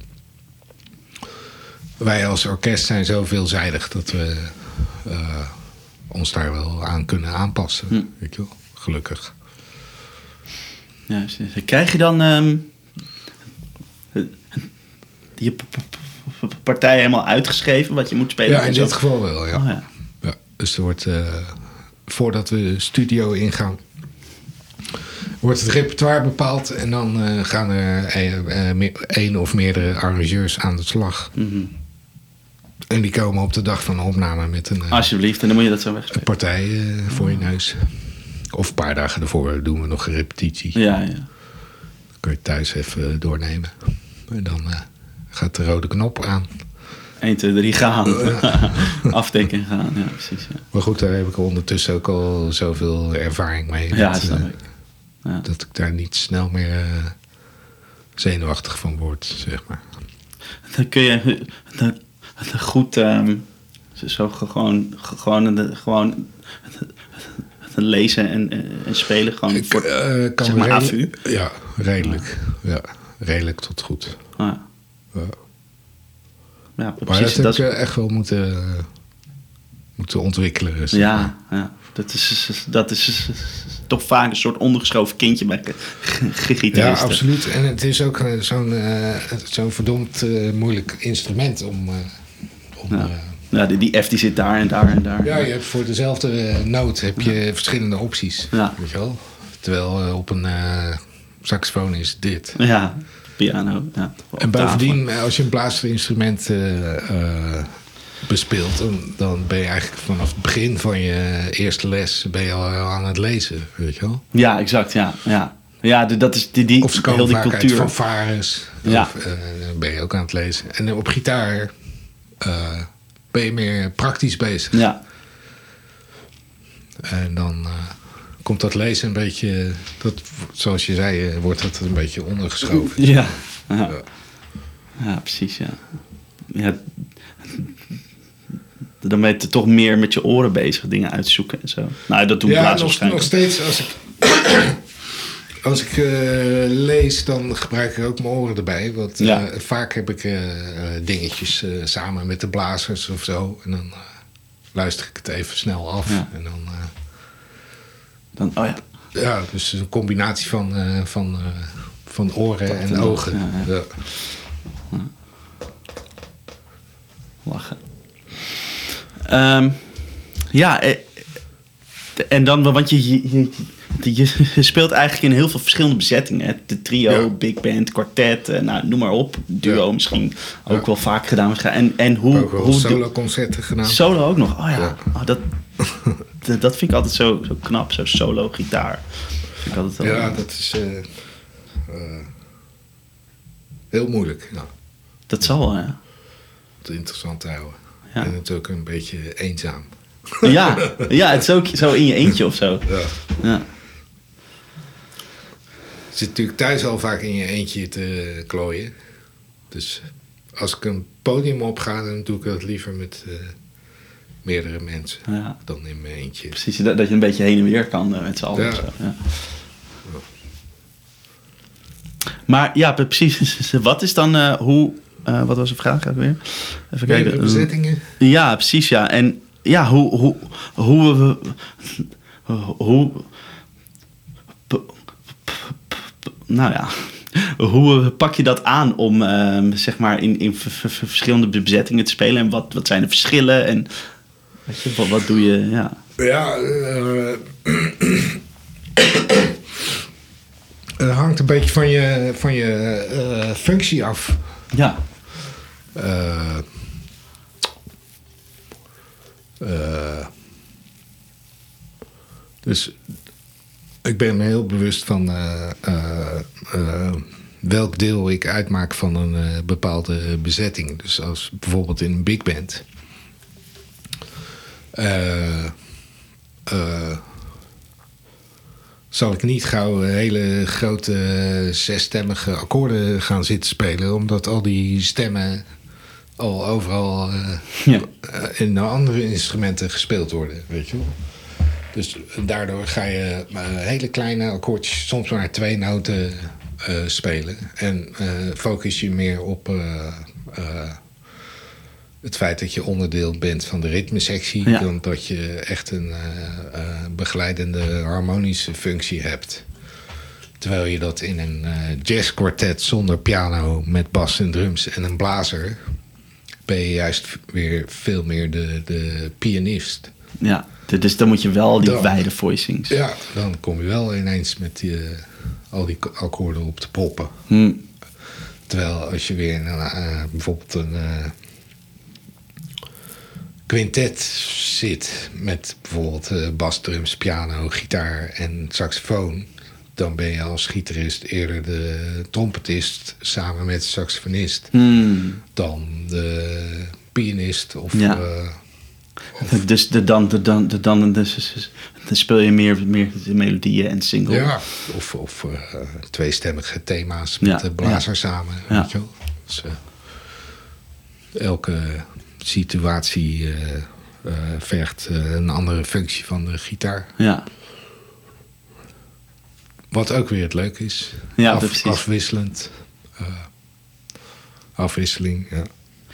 wij als orkest zijn zo veelzijdig... dat we ons daar wel aan kunnen aanpassen. Weet je wel? Gelukkig. Ja, krijg je dan je partij helemaal uitgeschreven... wat je moet spelen? Ja, in dit geval wel, ja. Oh, ja. Ja, dus er wordt... voordat we de studio ingaan... wordt het repertoire bepaald... en dan gaan er één of meerdere arrangeurs aan de slag. Mm-hmm. En die komen op de dag van de opname met een... Alsjeblieft, en dan moet je dat zo wegspelen. partij voor je neus. Of een paar dagen ervoor doen we nog een repetitie. Ja, ja. Dan kun je thuis even doornemen. En dan gaat de rode knop aan. 1, 2, 3, gaan. Afdekken gaan, ja, precies. Ja. Maar goed, daar heb ik ondertussen ook al zoveel ervaring mee. Ja, snap ik. Ja. Dat ik daar niet snel meer zenuwachtig van word, zeg maar. Dan kun je goed zo gewoon lezen en spelen. Gewoon voor kan zeg maar AVU. Ja, redelijk. Ja, redelijk tot goed. Ah. Ja. Ja, Maar precies. dat heb ik echt wel moeten ontwikkelen. Zeg maar. Ja. Dat is toch vaak een soort ondergeschoven kindje bij gitaristen. Ja, absoluut. En het is ook zo'n verdomd moeilijk instrument om... Ja, die F die zit daar en daar en daar. Ja, je hebt voor dezelfde noot heb je verschillende opties. Ja. Weet je wel? Terwijl op een saxofoon is dit. Ja, piano. Ja, En bovendien, als je een blaasinstrument bespeelt... dan ben je eigenlijk vanaf het begin van je eerste les... ben je al aan het lezen, weet je wel? Ja, exact, ja. Ja, dat is die of ze komen heel die vaak cultuur. uit fanfares. Ja. Of, dan ben je ook aan het lezen. En op gitaar ben je meer praktisch bezig. Ja. En dan komt dat lezen een beetje... zoals je zei, wordt dat een beetje ondergeschoven. Ja. Ja, precies, ja. Dan ben je toch meer met je oren bezig, dingen uitzoeken en zo. Nou, dat doen we nog steeds als ik lees, dan gebruik ik ook mijn oren erbij. Want vaak heb ik dingetjes samen met de blazers of zo. En dan luister ik het even snel af. Ja. En dan, oh ja. Ja, dus een combinatie van oren en ogen. Ja. Lachen. En dan, want je speelt eigenlijk in heel veel verschillende bezettingen. De trio, big band, kwartet, noem maar op. Duo misschien ook wel vaak gedaan. En hoe solo-concerten gedaan. Solo ook nog? Oh ja. Oh, dat vind ik altijd zo knap, zo solo-gitaar. Vind ik altijd wel... Ja, dat is heel moeilijk. Ja. Dat zal wel, ja. Het interessant te houden. Ja. En het is ook een beetje eenzaam. Ja, het is ook zo in je eentje of zo. Ja. Je zit natuurlijk thuis al vaak in je eentje te klooien. Dus als ik een podium opga, dan doe ik dat liever met meerdere mensen dan in mijn eentje. Precies, dat je een beetje heen en weer kan met z'n allen. Ja. Of zo. Ja. Maar ja, precies. Wat is dan Wat was de vraag ook weer? Even Meerdere kijken. bezettingen? Ja, precies, ja. En ja, hoe nou ja, hoe pak je dat aan om zeg maar in verschillende bezettingen te spelen? En wat zijn de verschillen? En weet je, wat doe je? Ja, Ja, het hangt een beetje van je functie af. ja, Dus ik ben me heel bewust van welk deel ik uitmaak van een bepaalde bezetting. Dus als bijvoorbeeld in een big band zal ik niet gauw hele grote zesstemmige akkoorden gaan zitten spelen, omdat al die stemmen al overal in andere instrumenten gespeeld worden, weet je wel. Dus daardoor ga je hele kleine akkoordjes, soms maar 2 noten spelen. En focus je meer op het feit dat je onderdeel bent van de ritmesectie, dan dat je echt een begeleidende harmonische functie hebt. Terwijl je dat in een jazzkwartet zonder piano met bas en drums en een blazer, ben je juist weer veel meer de pianist. ja. Dus dan moet je wel die wijde voicings. Ja, dan kom je wel ineens met al die akkoorden op te poppen. Terwijl als je weer in bijvoorbeeld een quintet zit met bijvoorbeeld bas, drums, piano, gitaar en saxofoon, dan ben je als gitarist eerder de trompetist samen met de saxofonist dan de pianist of... Dus dan speel je meer de melodieën en singles. Ja, of tweestemmige thema's met de blazer samen. Ja. Weet je wel? Dus, elke situatie vergt een andere functie van de gitaar. Ja. Wat ook weer het leuke is. Ja, precies. Afwisselend. Afwisseling, ja.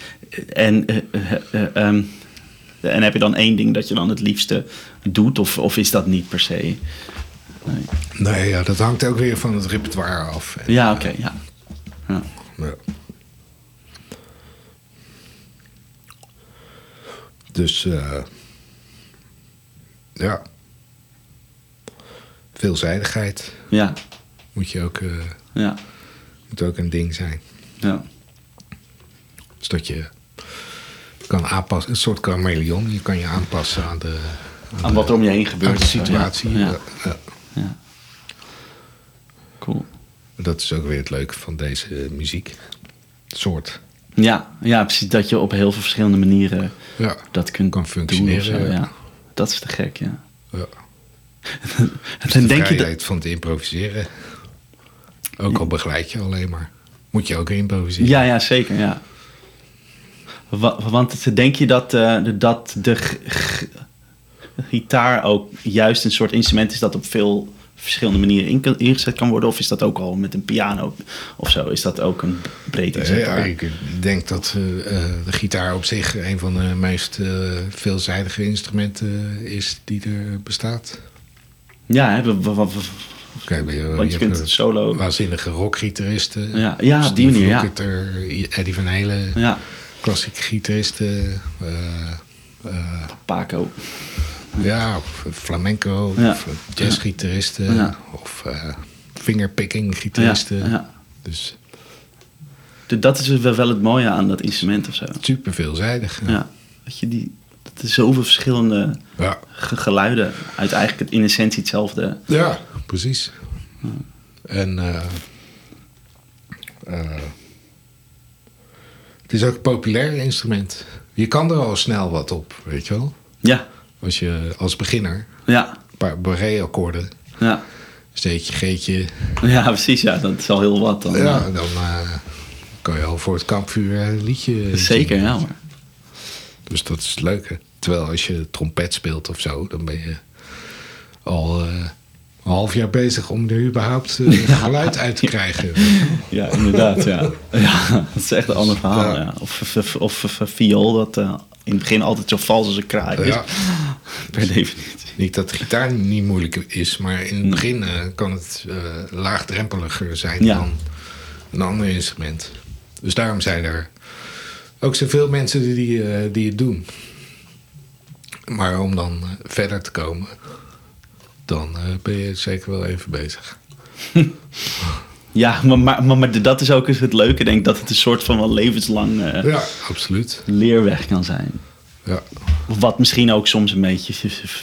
En heb je dan één ding dat je dan het liefste doet? Of is dat niet per se? Nee. Nee, ja, dat hangt ook weer van het repertoire af. Ja, oké, ja. Ja. Dus, ja. Veelzijdigheid. Ja. Moet ook een ding zijn. Ja. Dus dat je kan aanpassen, een soort chameleon. Je kan je aanpassen aan wat er om je heen gebeurt. Aan de situatie. Ja. Ja. Cool. Dat is ook weer het leuke van deze muzieksoort. Ja, precies. Dat je op heel veel verschillende manieren dat kan functioneren. Doen, ja. Dat is te gek, ja. Dus de vrijheid van het improviseren. Ook al begeleid je alleen maar. Moet je ook improviseren. Ja, zeker, ja. Want denk je dat de gitaar ook juist een soort instrument is dat op veel verschillende manieren ingezet kan worden? Of is dat ook al met een piano of zo? Is dat ook een breed inzetbaar? Ik denk dat de gitaar op zich een van de meest veelzijdige instrumenten is die er bestaat. Ja, want je kunt solo... Waanzinnige rockgitaristen. Ja, op die manier, ja. Eddie Van Halen. Ja. Klassieke gitaristen. Paco. Ja, of flamenco. Of jazzgitaristen. Ja. Of fingerpicking gitaristen. Ja. Dus dat is wel het mooie aan dat instrument of zo. Super veelzijdig. Ja. Dat je dat er zoveel verschillende geluiden uit eigenlijk in essentie hetzelfde. Ja, precies. En het is ook een populair instrument. Je kan er al snel wat op, weet je wel? Ja. Als je als beginner een paar barré-akkoorden. Ja. Steetje, geetje. Ja, precies. Ja, dat is al heel wat. Dan, dan kan je al voor het kampvuur een liedje zeker, zingen. ja hoor. Dus dat is het leuke. Terwijl als je trompet speelt of zo, dan ben je al een half jaar bezig om er überhaupt geluid uit te krijgen. Ja, inderdaad, ja. Ja, dat is echt een ander verhaal, ja. Of viool, dat in het begin altijd zo vals als een kraai is. Ja. Per definitie. Niet dat de gitaar niet moeilijk is, maar in het begin kan het laagdrempeliger zijn dan een ander instrument. Dus daarom zijn er ook zoveel mensen die het doen. Maar om dan verder te komen, dan ben je zeker wel even bezig. Ja, maar dat is ook eens het leuke, denk ik, dat het een soort van wel levenslang ja, absoluut. leerweg kan zijn. Ja. Wat misschien ook soms een beetje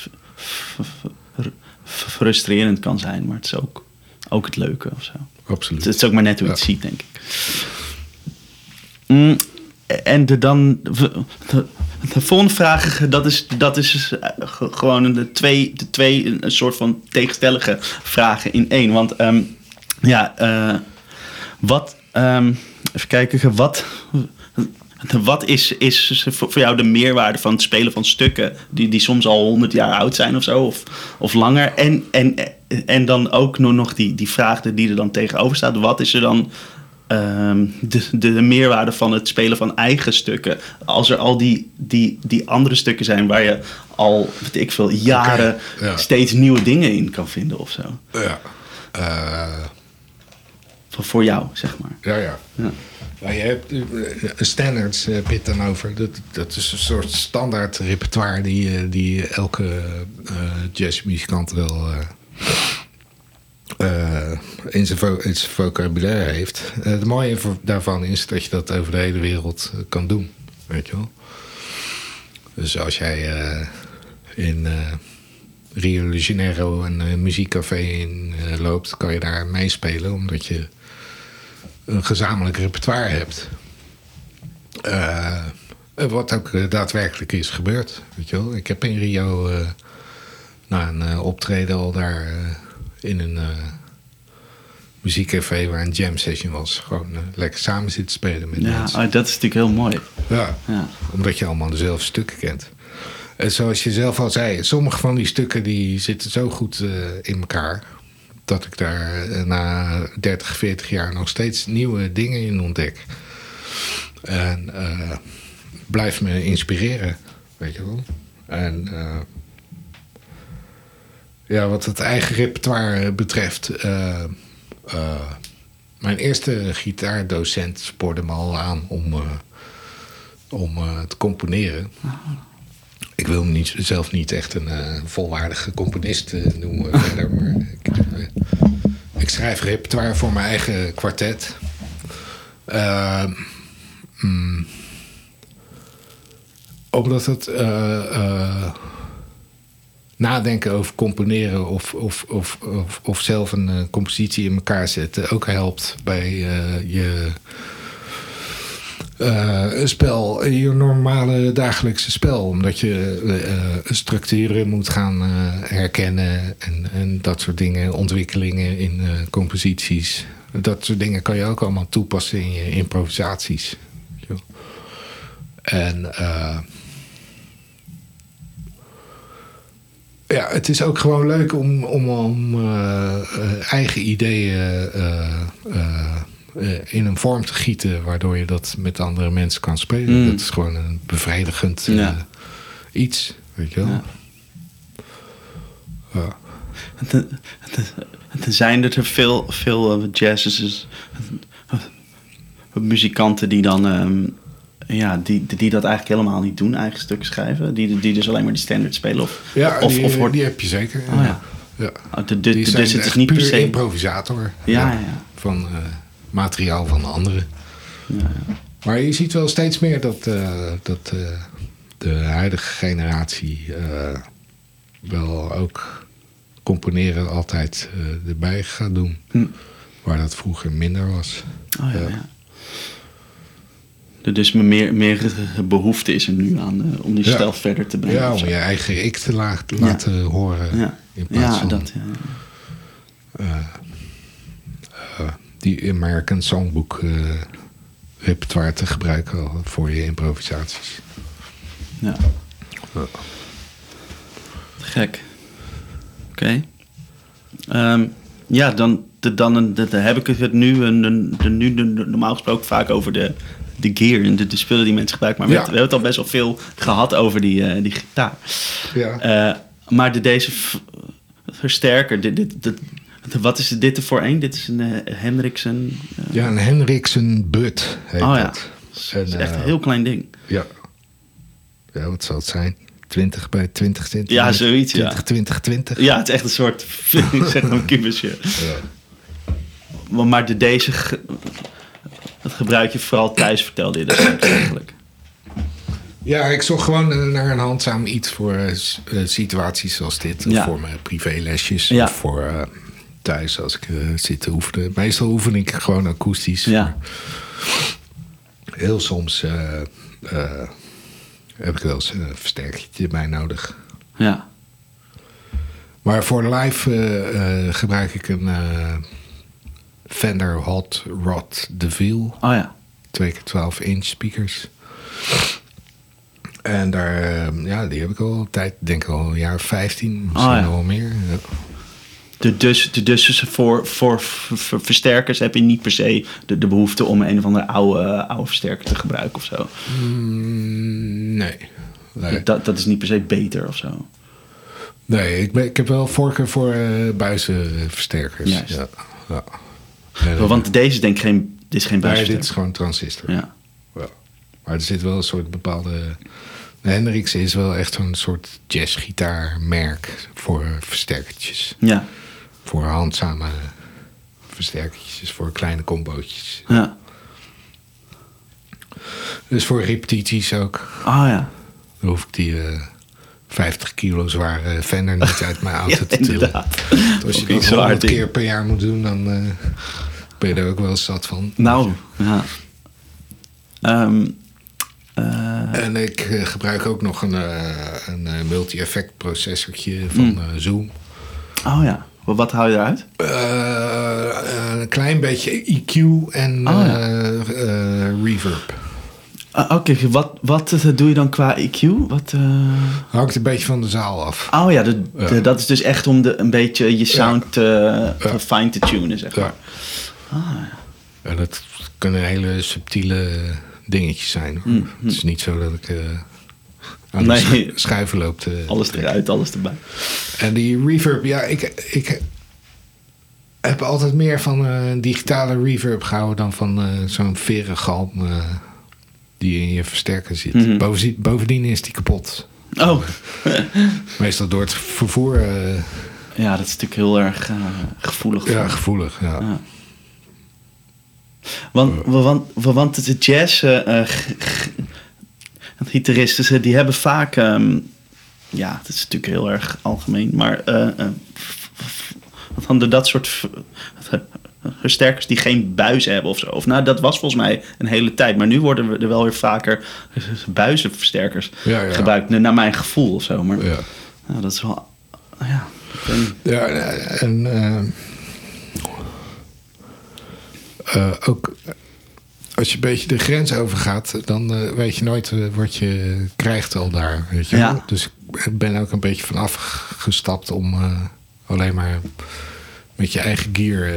frustrerend kan zijn, maar het is ook het leuke of zo. Absoluut. Het is ook maar net hoe je het ziet, denk ik. En dan de volgende vraag, dat is gewoon de twee een soort van tegenstellige vragen in één. Want even kijken, wat is voor jou de meerwaarde van het spelen van stukken die soms al 100 jaar oud zijn of zo, of langer? En dan ook nog die vraag die er dan tegenover staat. Wat is er dan de meerwaarde van het spelen van eigen stukken? Als er al die andere stukken zijn waar je al, weet ik veel, jaren steeds nieuwe dingen in kan vinden of zo. Ja. Voor jou, zeg maar. Ja. Maar je hebt standards, heb je het dan over. Dat is een soort standaard repertoire die elke jazzmuzikant wel in zijn vocabulaire heeft. Het mooie daarvan is dat je dat over de hele wereld kan doen. Weet je wel? Dus als jij in Rio de Janeiro een muziekcafé in loopt, kan je daar meespelen, omdat je een gezamenlijk repertoire hebt. Wat ook daadwerkelijk is gebeurd. Weet je wel? Ik heb in Rio na een optreden al daar in een muziekcafé waar een jam session was, gewoon lekker samen zitten spelen met mensen. Ja, dat is natuurlijk heel mooi. Ja, omdat je allemaal dezelfde stukken kent. En zoals je zelf al zei, sommige van die stukken die zitten zo goed in elkaar, dat ik daar na 30, 40 jaar nog steeds nieuwe dingen in ontdek. En blijf me inspireren, weet je wel. En wat het eigen repertoire betreft, mijn eerste gitaardocent spoorde me al aan om te componeren. Ik wil me zelf niet echt een volwaardige componist noemen verder, maar ik schrijf repertoire voor mijn eigen kwartet. Omdat het nadenken over componeren of zelf een compositie in elkaar zetten ook helpt bij je spel, je normale dagelijkse spel. Omdat je structuren moet gaan herkennen en dat soort dingen, ontwikkelingen in composities. Dat soort dingen kan je ook allemaal toepassen in je improvisaties. En het is ook gewoon leuk om eigen ideeën in een vorm te gieten, waardoor je dat met andere mensen kan spelen. Dat is gewoon een bevredigend iets, weet je wel. Ja. Zijn er veel jazzers, muzikanten die dan die dat eigenlijk helemaal niet doen, eigen stukken schrijven, die dus alleen maar die standaard spelen? Die heb je zeker. Dus het is niet per se improvisator van materiaal van anderen. Maar je ziet wel steeds meer dat de huidige generatie wel ook componeren altijd erbij gaat doen. Waar dat vroeger minder was. Dus meer behoefte is er nu aan om die stijl verder te brengen. Ja, om je eigen ik te laten horen. In plaats van die American Songbook repertoire te gebruiken voor je improvisaties. Ja. Gek. Oké. Ja, dan heb ik het nu normaal gesproken vaak over de gear en de spullen die mensen gebruiken. Maar we hebben het al best wel veel gehad over die gitaar. Ja. Maar deze versterker, wat is dit er voor een? Dit is een Henriksen... Ja, een Henriksen Bud heet dat. Ja. Dat is echt een heel klein ding. Ja. Ja, wat zal het zijn? 20 bij 20 centimeter? Ja, zoiets, 20. Ja, het is echt een soort, zeg maar, een kubusje. Ja. Maar deze... Dat gebruik je vooral thuis, vertelde je dat eigenlijk. Ja, ik zocht gewoon naar een handzaam iets voor situaties zoals dit. Of voor mijn privélesjes. Ja. Of voor thuis als ik zit te oefenen. Meestal oefen ik gewoon akoestisch. Ja. Heel soms heb ik wel eens een versterkertje erbij nodig. Ja. Maar voor live gebruik ik een Fender Hot Rod DeVille. Oh ja. 2x12 speakers. En daar, die heb ik al een tijd, denk ik al een jaar 15, misschien wel meer. Ja. Dus voor versterkers heb je niet per se de behoefte om een of andere oude versterker te gebruiken of zo? Nee. Dat is niet per se beter of zo? Nee, ik heb wel voorkeur voor buizenversterkers. Juist. Ja. Want deze denk ik dit is geen buisversterker. Nee, dit is gewoon transistor. Ja. Maar er zit wel een soort bepaalde... De Hendrix is wel echt zo'n soort jazzgitaarmerk voor versterkertjes. Ja. Voor handzame versterkertjes, voor kleine combootjes. Ja. Dus voor repetities ook. Oh ja. Dan hoef ik die 50 kilo zware Fender niet uit mijn auto te tillen. Inderdaad. Als je dat 100 keer per jaar moet doen, dan ben je er ook wel eens zat van. Nou, ja. En ik gebruik ook nog een multi-effect processortje van Zoom. Oh ja. Wat haal je eruit? Een klein beetje EQ en reverb. Oké, wat doe je dan qua EQ? Hangt een beetje van de zaal af. Oh ja, dat is dus echt om een beetje je sound fine te tunen, zeg maar. En dat kunnen hele subtiele dingetjes zijn. Hoor. Het is niet zo dat ik aan de schuiven loop. Alles eruit, alles erbij. En die reverb, ja, ik heb altijd meer van een digitale reverb gehouden dan van zo'n verengalm die in je versterker zit. Mm-hmm. Bovendien is die kapot. Oh. Meestal door het vervoer. Ja, dat is natuurlijk heel erg gevoelig. Ja, gevoelig, ja. Want de jazz gitaristen, die hebben vaak... ja, dat is natuurlijk heel erg algemeen, maar van dat soort versterkers die geen buizen hebben of zo. Of nou, dat was volgens mij een hele tijd. Maar nu worden er wel weer vaker buizenversterkers gebruikt. Naar mijn gevoel of zo. Maar dat is wel... Ja, ik weet niet. Ja, en... ook als je een beetje de grens overgaat, dan weet je nooit wat je krijgt al daar. Weet je? Ja. Dus ik ben ook een beetje vanaf gestapt om alleen maar met je eigen gear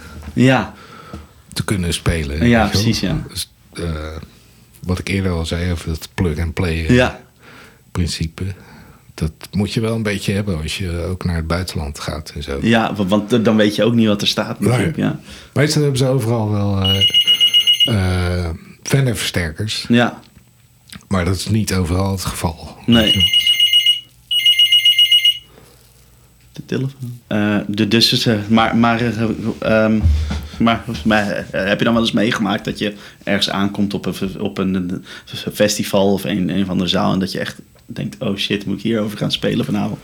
te kunnen spelen. Ja, precies, ja. Dus, wat ik eerder al zei over dat plug-and-play principe. Dat moet je wel een beetje hebben als je ook naar het buitenland gaat en zo. Ja, want dan weet je ook niet wat er staat natuurlijk. Ja. Meestal hebben ze overal wel Fender-versterkers. Ja. Maar dat is niet overal het geval. Nee. De telefoon. Maar heb je dan wel eens meegemaakt dat je ergens aankomt op een festival of een van de zaal en dat je echt denkt, oh shit, moet ik hierover gaan spelen vanavond?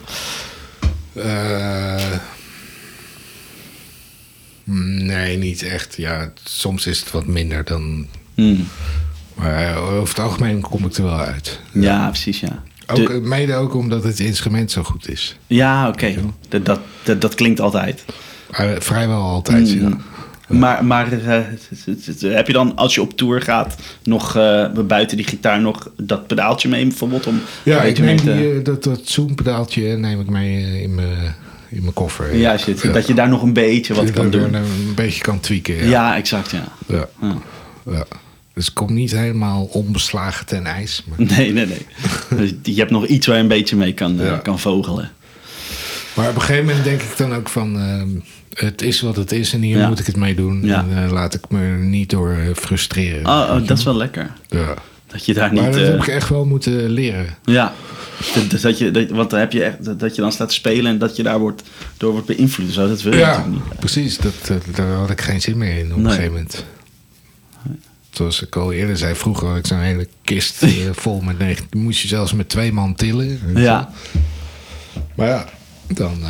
Nee, niet echt. Ja, soms is het wat minder dan... Maar over het algemeen kom ik er wel uit. Ja, precies, ja. Mede ook omdat het instrument zo goed is. Ja, oké. Dat klinkt altijd. Vrijwel altijd, ja. Maar heb je dan, als je op tour gaat, nog buiten die gitaar nog dat pedaaltje mee bijvoorbeeld? Ja, ik neem dat Zoom-pedaaltje neem ik mee in in mijn koffer. Ja, shit. Dat je daar nog een beetje wat kan doen. Een beetje kan tweaken. Ja, exact, ja. Ja. Dus ik kom niet helemaal onbeslagen ten ijs. Maar... Nee. Dus je hebt nog iets waar je een beetje mee kan vogelen. Maar op een gegeven moment denk ik dan ook van... het is wat het is en hier moet ik het mee doen. Ja. En laat ik me er niet door frustreren. Oh, dat is wel lekker. Ja. Dat je daar niet... Maar dat heb ik echt wel moeten leren. Ja, want dan heb je echt dat je dan staat te spelen en dat je daar door wordt beïnvloed. Zo, dat wil je natuurlijk niet. Precies. Daar had ik geen zin meer in op een gegeven moment. Zoals ik al eerder zei, vroeger had ik zo'n hele kist vol met 9. Die moest je zelfs met 2 man tillen. Ja. Maar ja, dan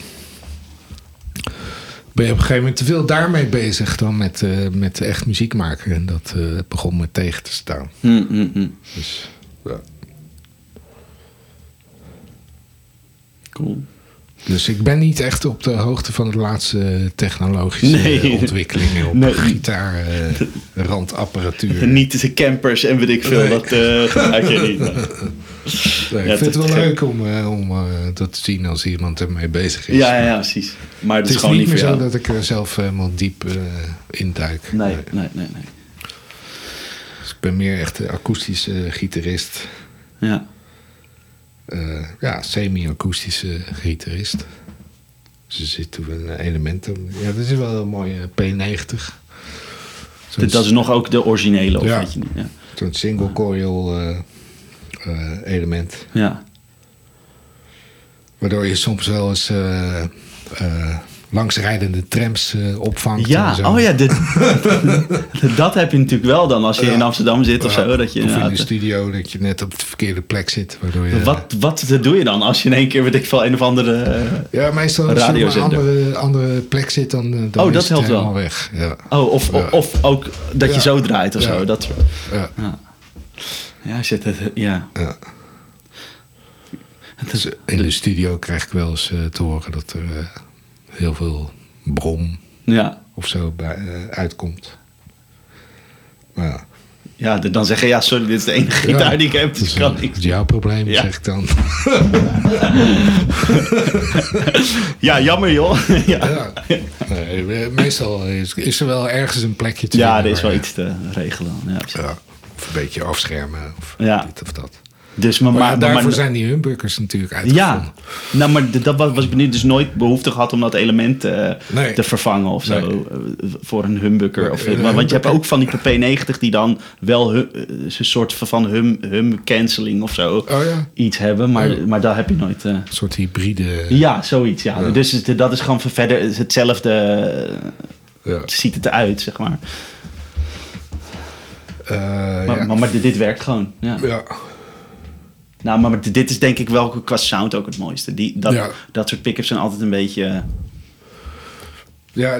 ben je op een gegeven moment te veel daarmee bezig dan met echt muziek maken. En dat begon me tegen te staan. Dus, ja. Cool. Dus ik ben niet echt op de hoogte van de laatste technologische ontwikkelingen op gitaarrandapparatuur. Niet de campers en weet ik veel, dat gebruik je niet. Nee, ik vind het wel leuk om dat te zien als iemand ermee bezig is. Ja, precies. Maar het is gewoon niet meer voor zo jou. dat ik er zelf helemaal diep induik. Nee. Dus ik ben meer echt een akoestische gitarist. Ja. Semi-akoestische gitarist. Dus er zit een element op. Ja, dat is wel een mooie P90. Dat is nog ook de originele, of weet je niet? Ja. Zo'n single coil element. Ja. Waardoor je soms wel eens langsrijdende trams opvangt. Ja, en zo. oh ja, dat heb je natuurlijk wel dan als je in Amsterdam zit of zo. Dat je of in de studio, dat je net op de verkeerde plek zit. Waardoor je, wat doe je dan als je in één keer, weet ik veel, een of andere meestal als je op een andere plek zit, dan is dat het helpt helemaal wel. weg. Ja. Of ook dat je zo draait of zo. Dat soort. Zit het, ja. Dus in de studio krijg ik wel eens te horen dat er heel veel brom of zo uitkomt. Maar ja. Ja, dan zeggen ja, sorry, dit is de enige gitaar die ik heb. Dus kan dat is jouw probleem, zeg ik dan. Ja, jammer joh. Nee, meestal is er wel ergens een plekje te vinden. Ja, er is wel iets te regelen. Ja, of een beetje afschermen of dit of dat. Dus, maar daarvoor zijn die humbuckers natuurlijk uitgevonden. Ja, maar dat was ik dus nooit behoefte gehad om dat element te vervangen of zo. Voor een humbucker. Want je hebt ook van die P90 die dan wel een soort van hum cancelling of zo iets hebben. Maar daar heb je nooit... Een soort hybride... Ja, zoiets. Ja. Dus dat is gewoon verder hetzelfde... ziet het eruit, zeg maar. Maar dit werkt gewoon. Ja. Nou, maar dit is denk ik wel qua sound ook het mooiste. Dat soort pick-ups zijn altijd een beetje... Ja,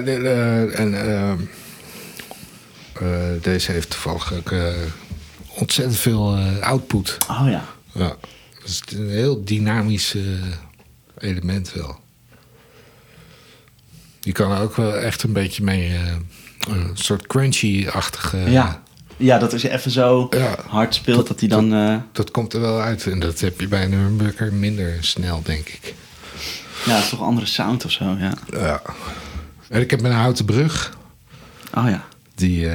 deze heeft toevallig ook ontzettend veel output. Oh ja. Ja, dat is een heel dynamisch element wel. Je kan er ook wel echt een beetje mee... een soort crunchy-achtige... Ja, dat als je even zo hard speelt, dat hij dan... Dat komt er wel uit. En dat heb je bij een humbucker minder snel, denk ik. Ja, het is toch een andere sound of zo, ja. En ik heb een houten brug. Oh ja. Die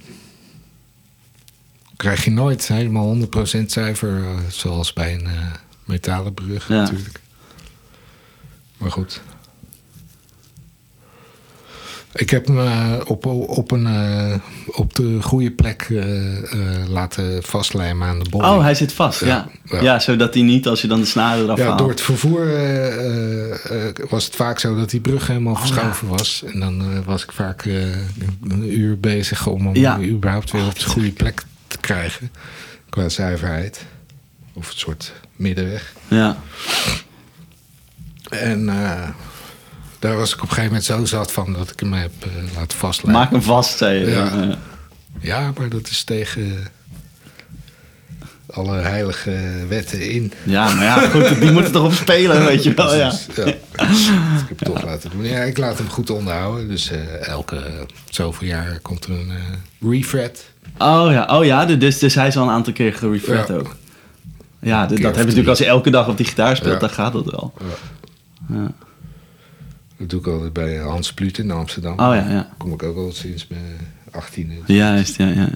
krijg je nooit helemaal 100% zuiver, zoals bij een metalen brug natuurlijk. Maar goed. Ik heb hem op de goede plek laten vastlijmen aan de body. Oh, hij zit vast, ja, zodat hij niet, als je dan de snaren eraf haalt... Door het vervoer was het vaak zo dat die brug helemaal verschoven was. En dan was ik vaak een uur bezig om hem überhaupt weer op de goede plek te krijgen. Qua zuiverheid. Of een soort middenweg. Ja. En... daar was ik op een gegeven moment zo zat van dat ik hem heb laten vastleggen. Maak hem vast, zei je. Ja, maar dat is tegen alle heilige wetten in. Ja, maar ja, goed, die moeten toch op spelen, weet je wel. Dus ik heb het toch laten doen. Ja, ik laat hem goed onderhouden. Dus elke zoveel jaar komt er een refret. Oh ja, dus hij is al een aantal keer gerefret ook. Ja, dat heb je natuurlijk als je elke dag op die gitaar speelt, dan gaat dat wel. Ja. Dat doe ik altijd bij Hans Pluut in Amsterdam. Oh ja. Kom ik ook al sinds mijn 18e. Juist, ja.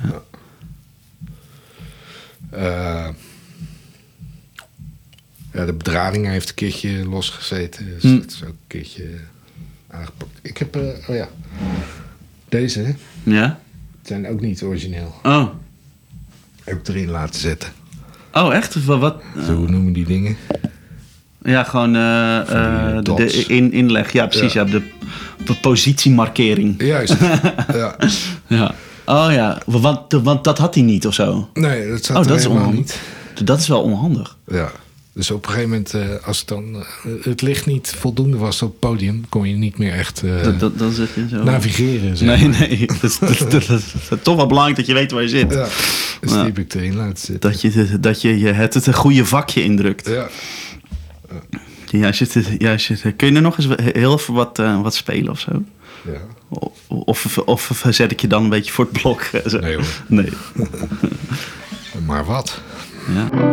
De bedrading heeft een keertje losgezeten. Dus dat is ook een keertje aangepakt. Ik heb, deze, hè? Ja? Zijn ook niet origineel. Oh. Heb ik erin laten zetten. Oh, echt? Wat? Zo, hoe noemen die dingen? Ja, gewoon de inleg. Ja, precies. Ja. De positiemarkering. Juist, ja. Ja. Oh ja, want dat had hij niet of zo? Nee, dat zat er helemaal niet. Dat is wel onhandig. Ja. Dus op een gegeven moment, als het dan het licht niet voldoende was op het podium, kon je niet meer echt dan zit je zo navigeren. Zeg nee, maar. nee. Dat is toch wel belangrijk dat je weet waar je zit. Ja, dus die heb ik erin laten zitten. Dat je het een goede vakje indrukt. Ja. Ja, kun je er nog eens heel even wat spelen of zo? Ja. Of zet ik je dan een beetje voor het blok? Zo? Nee hoor. Nee. Maar wat? Ja.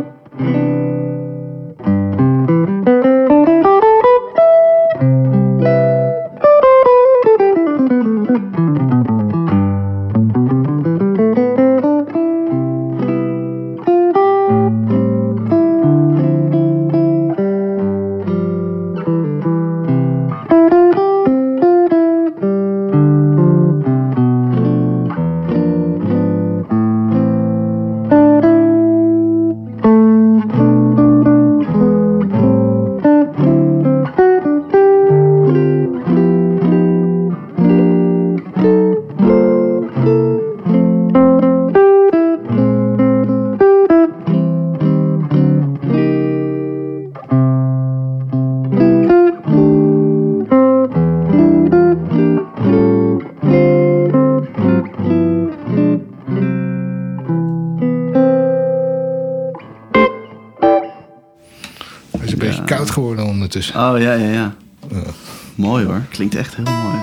Koud geworden ondertussen. Oh, ja. Mooi hoor. Klinkt echt heel mooi.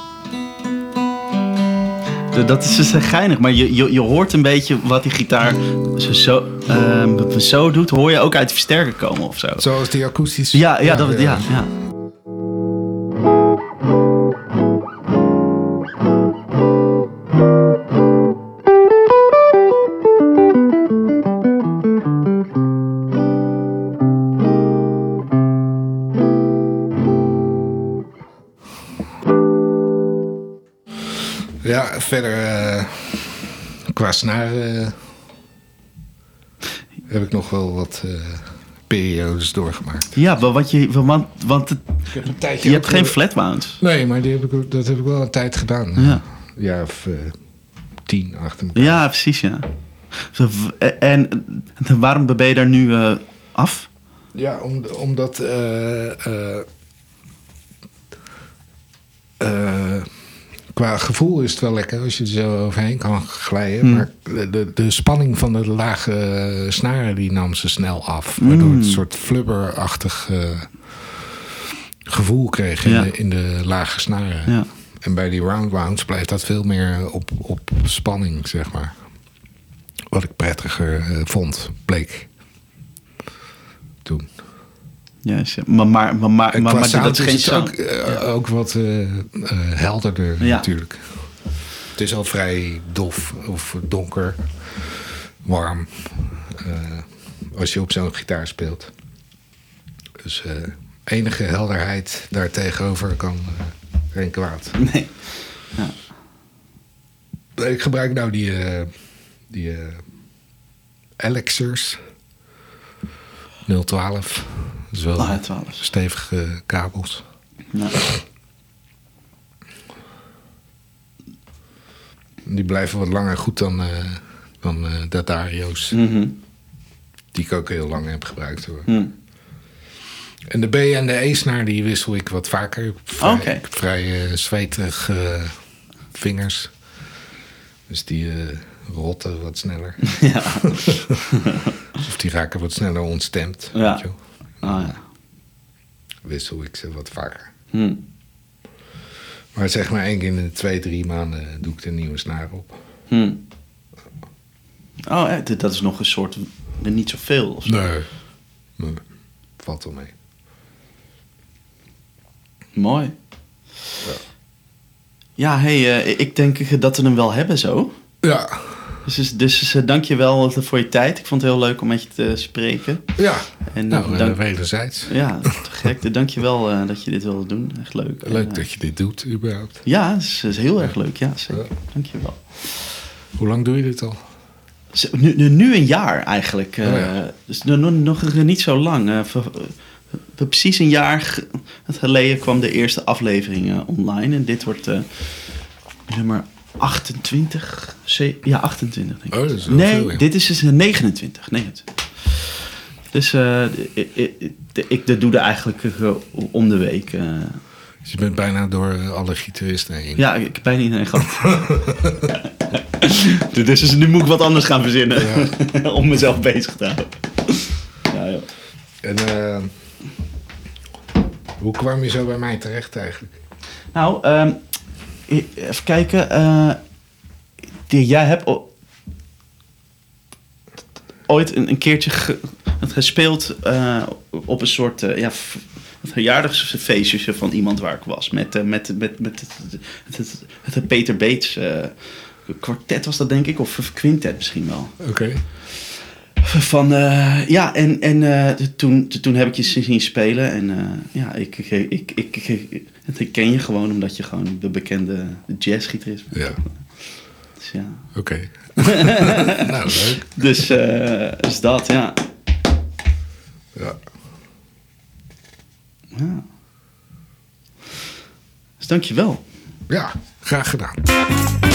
Dat is dus geinig. Maar je hoort een beetje wat die gitaar zo doet. Hoor je ook uit de versterker komen of zo. Zoals die akoestische... Ja. Ja, verder qua snaren heb ik nog wel wat periodes doorgemaakt. Ja, want ik heb een tijdje je hebt geen flatmounts. Nee, maar dat heb ik wel een tijd gedaan. Ja. Een jaar of 10 achter elkaar. Ja, precies, ja. En waarom ben je daar nu af? Ja, omdat... qua gevoel is het wel lekker als je er zo overheen kan glijden. Maar de spanning van de lage snaren die nam ze snel af. Waardoor het een soort flubberachtig gevoel kreeg in de lage snaren. Ja. En bij die round rounds blijft dat veel meer op spanning, zeg maar. Wat ik prettiger vond, bleek toen. Ja, maar dat is geen sound. Ook wat helderder natuurlijk. Het is al vrij dof of donker, warm. Als je op zo'n gitaar speelt. Dus enige helderheid daartegenover kan geen kwaad. Nee. Ja. Ik gebruik nou die Alexers 012. Dat is wel 12. stevige kabels. Ja. Die blijven wat langer goed dan Datario's. Mm-hmm. Die ik ook heel lang heb gebruikt hoor. En de B en de E-snaar die wissel ik wat vaker. Ik heb vrij zweterige vingers. Dus die rotten wat sneller. Ja. Of die raken wat sneller ontstemd. Ja. Weet je wel. Ja. Wissel ik ze wat vaker. Maar Maar zeg maar 1 keer in de 2-3 maanden doe ik er een nieuwe snaar op. Oh, dat is nog een soort... Niet zoveel of zo. Nee. Valt wel mee. Mooi. Ja, ik denk dat we hem wel hebben zo. Ja. Dus dank je wel voor je tijd. Ik vond het heel leuk om met je te spreken. Ja, En wederzijds. Ja, te gek. Dank je wel dat je dit wilde doen. Echt leuk. Leuk dat je dit doet, überhaupt. Ja, het is heel erg leuk. Ja, zeker. Ja. Dank je wel. Hoe lang doe je dit al? Nu een jaar eigenlijk. Ja. Dus nog niet zo lang. Precies een jaar geleden kwam de eerste aflevering online. En dit wordt nummer 28. Ja, 28 denk ik. Oh, dat is wel veel, ja. Dit is dus 29. Dus ik doe er eigenlijk om de week. Dus je bent bijna door alle gitaristen heen. Ja, ik heb bijna iedereen gehad. Dus nu moet ik wat anders gaan verzinnen. Ja. Om mezelf bezig te houden. Ja, joh. En hoe kwam je zo bij mij terecht eigenlijk? Nou, even kijken. Jij hebt ooit een keertje gespeeld op een soort verjaardagsfeestje van iemand waar ik was. Met het Peter Bates kwartet was dat denk ik. Of quintet misschien wel. Oké. Toen heb ik je zien spelen. En ik ken je gewoon omdat je gewoon de bekende jazzgitarist bent. Ja. Dus ja. Oké. Nou, leuk. Dus dat, ja. Ja. Ja. Dus dank je wel. Ja, graag gedaan.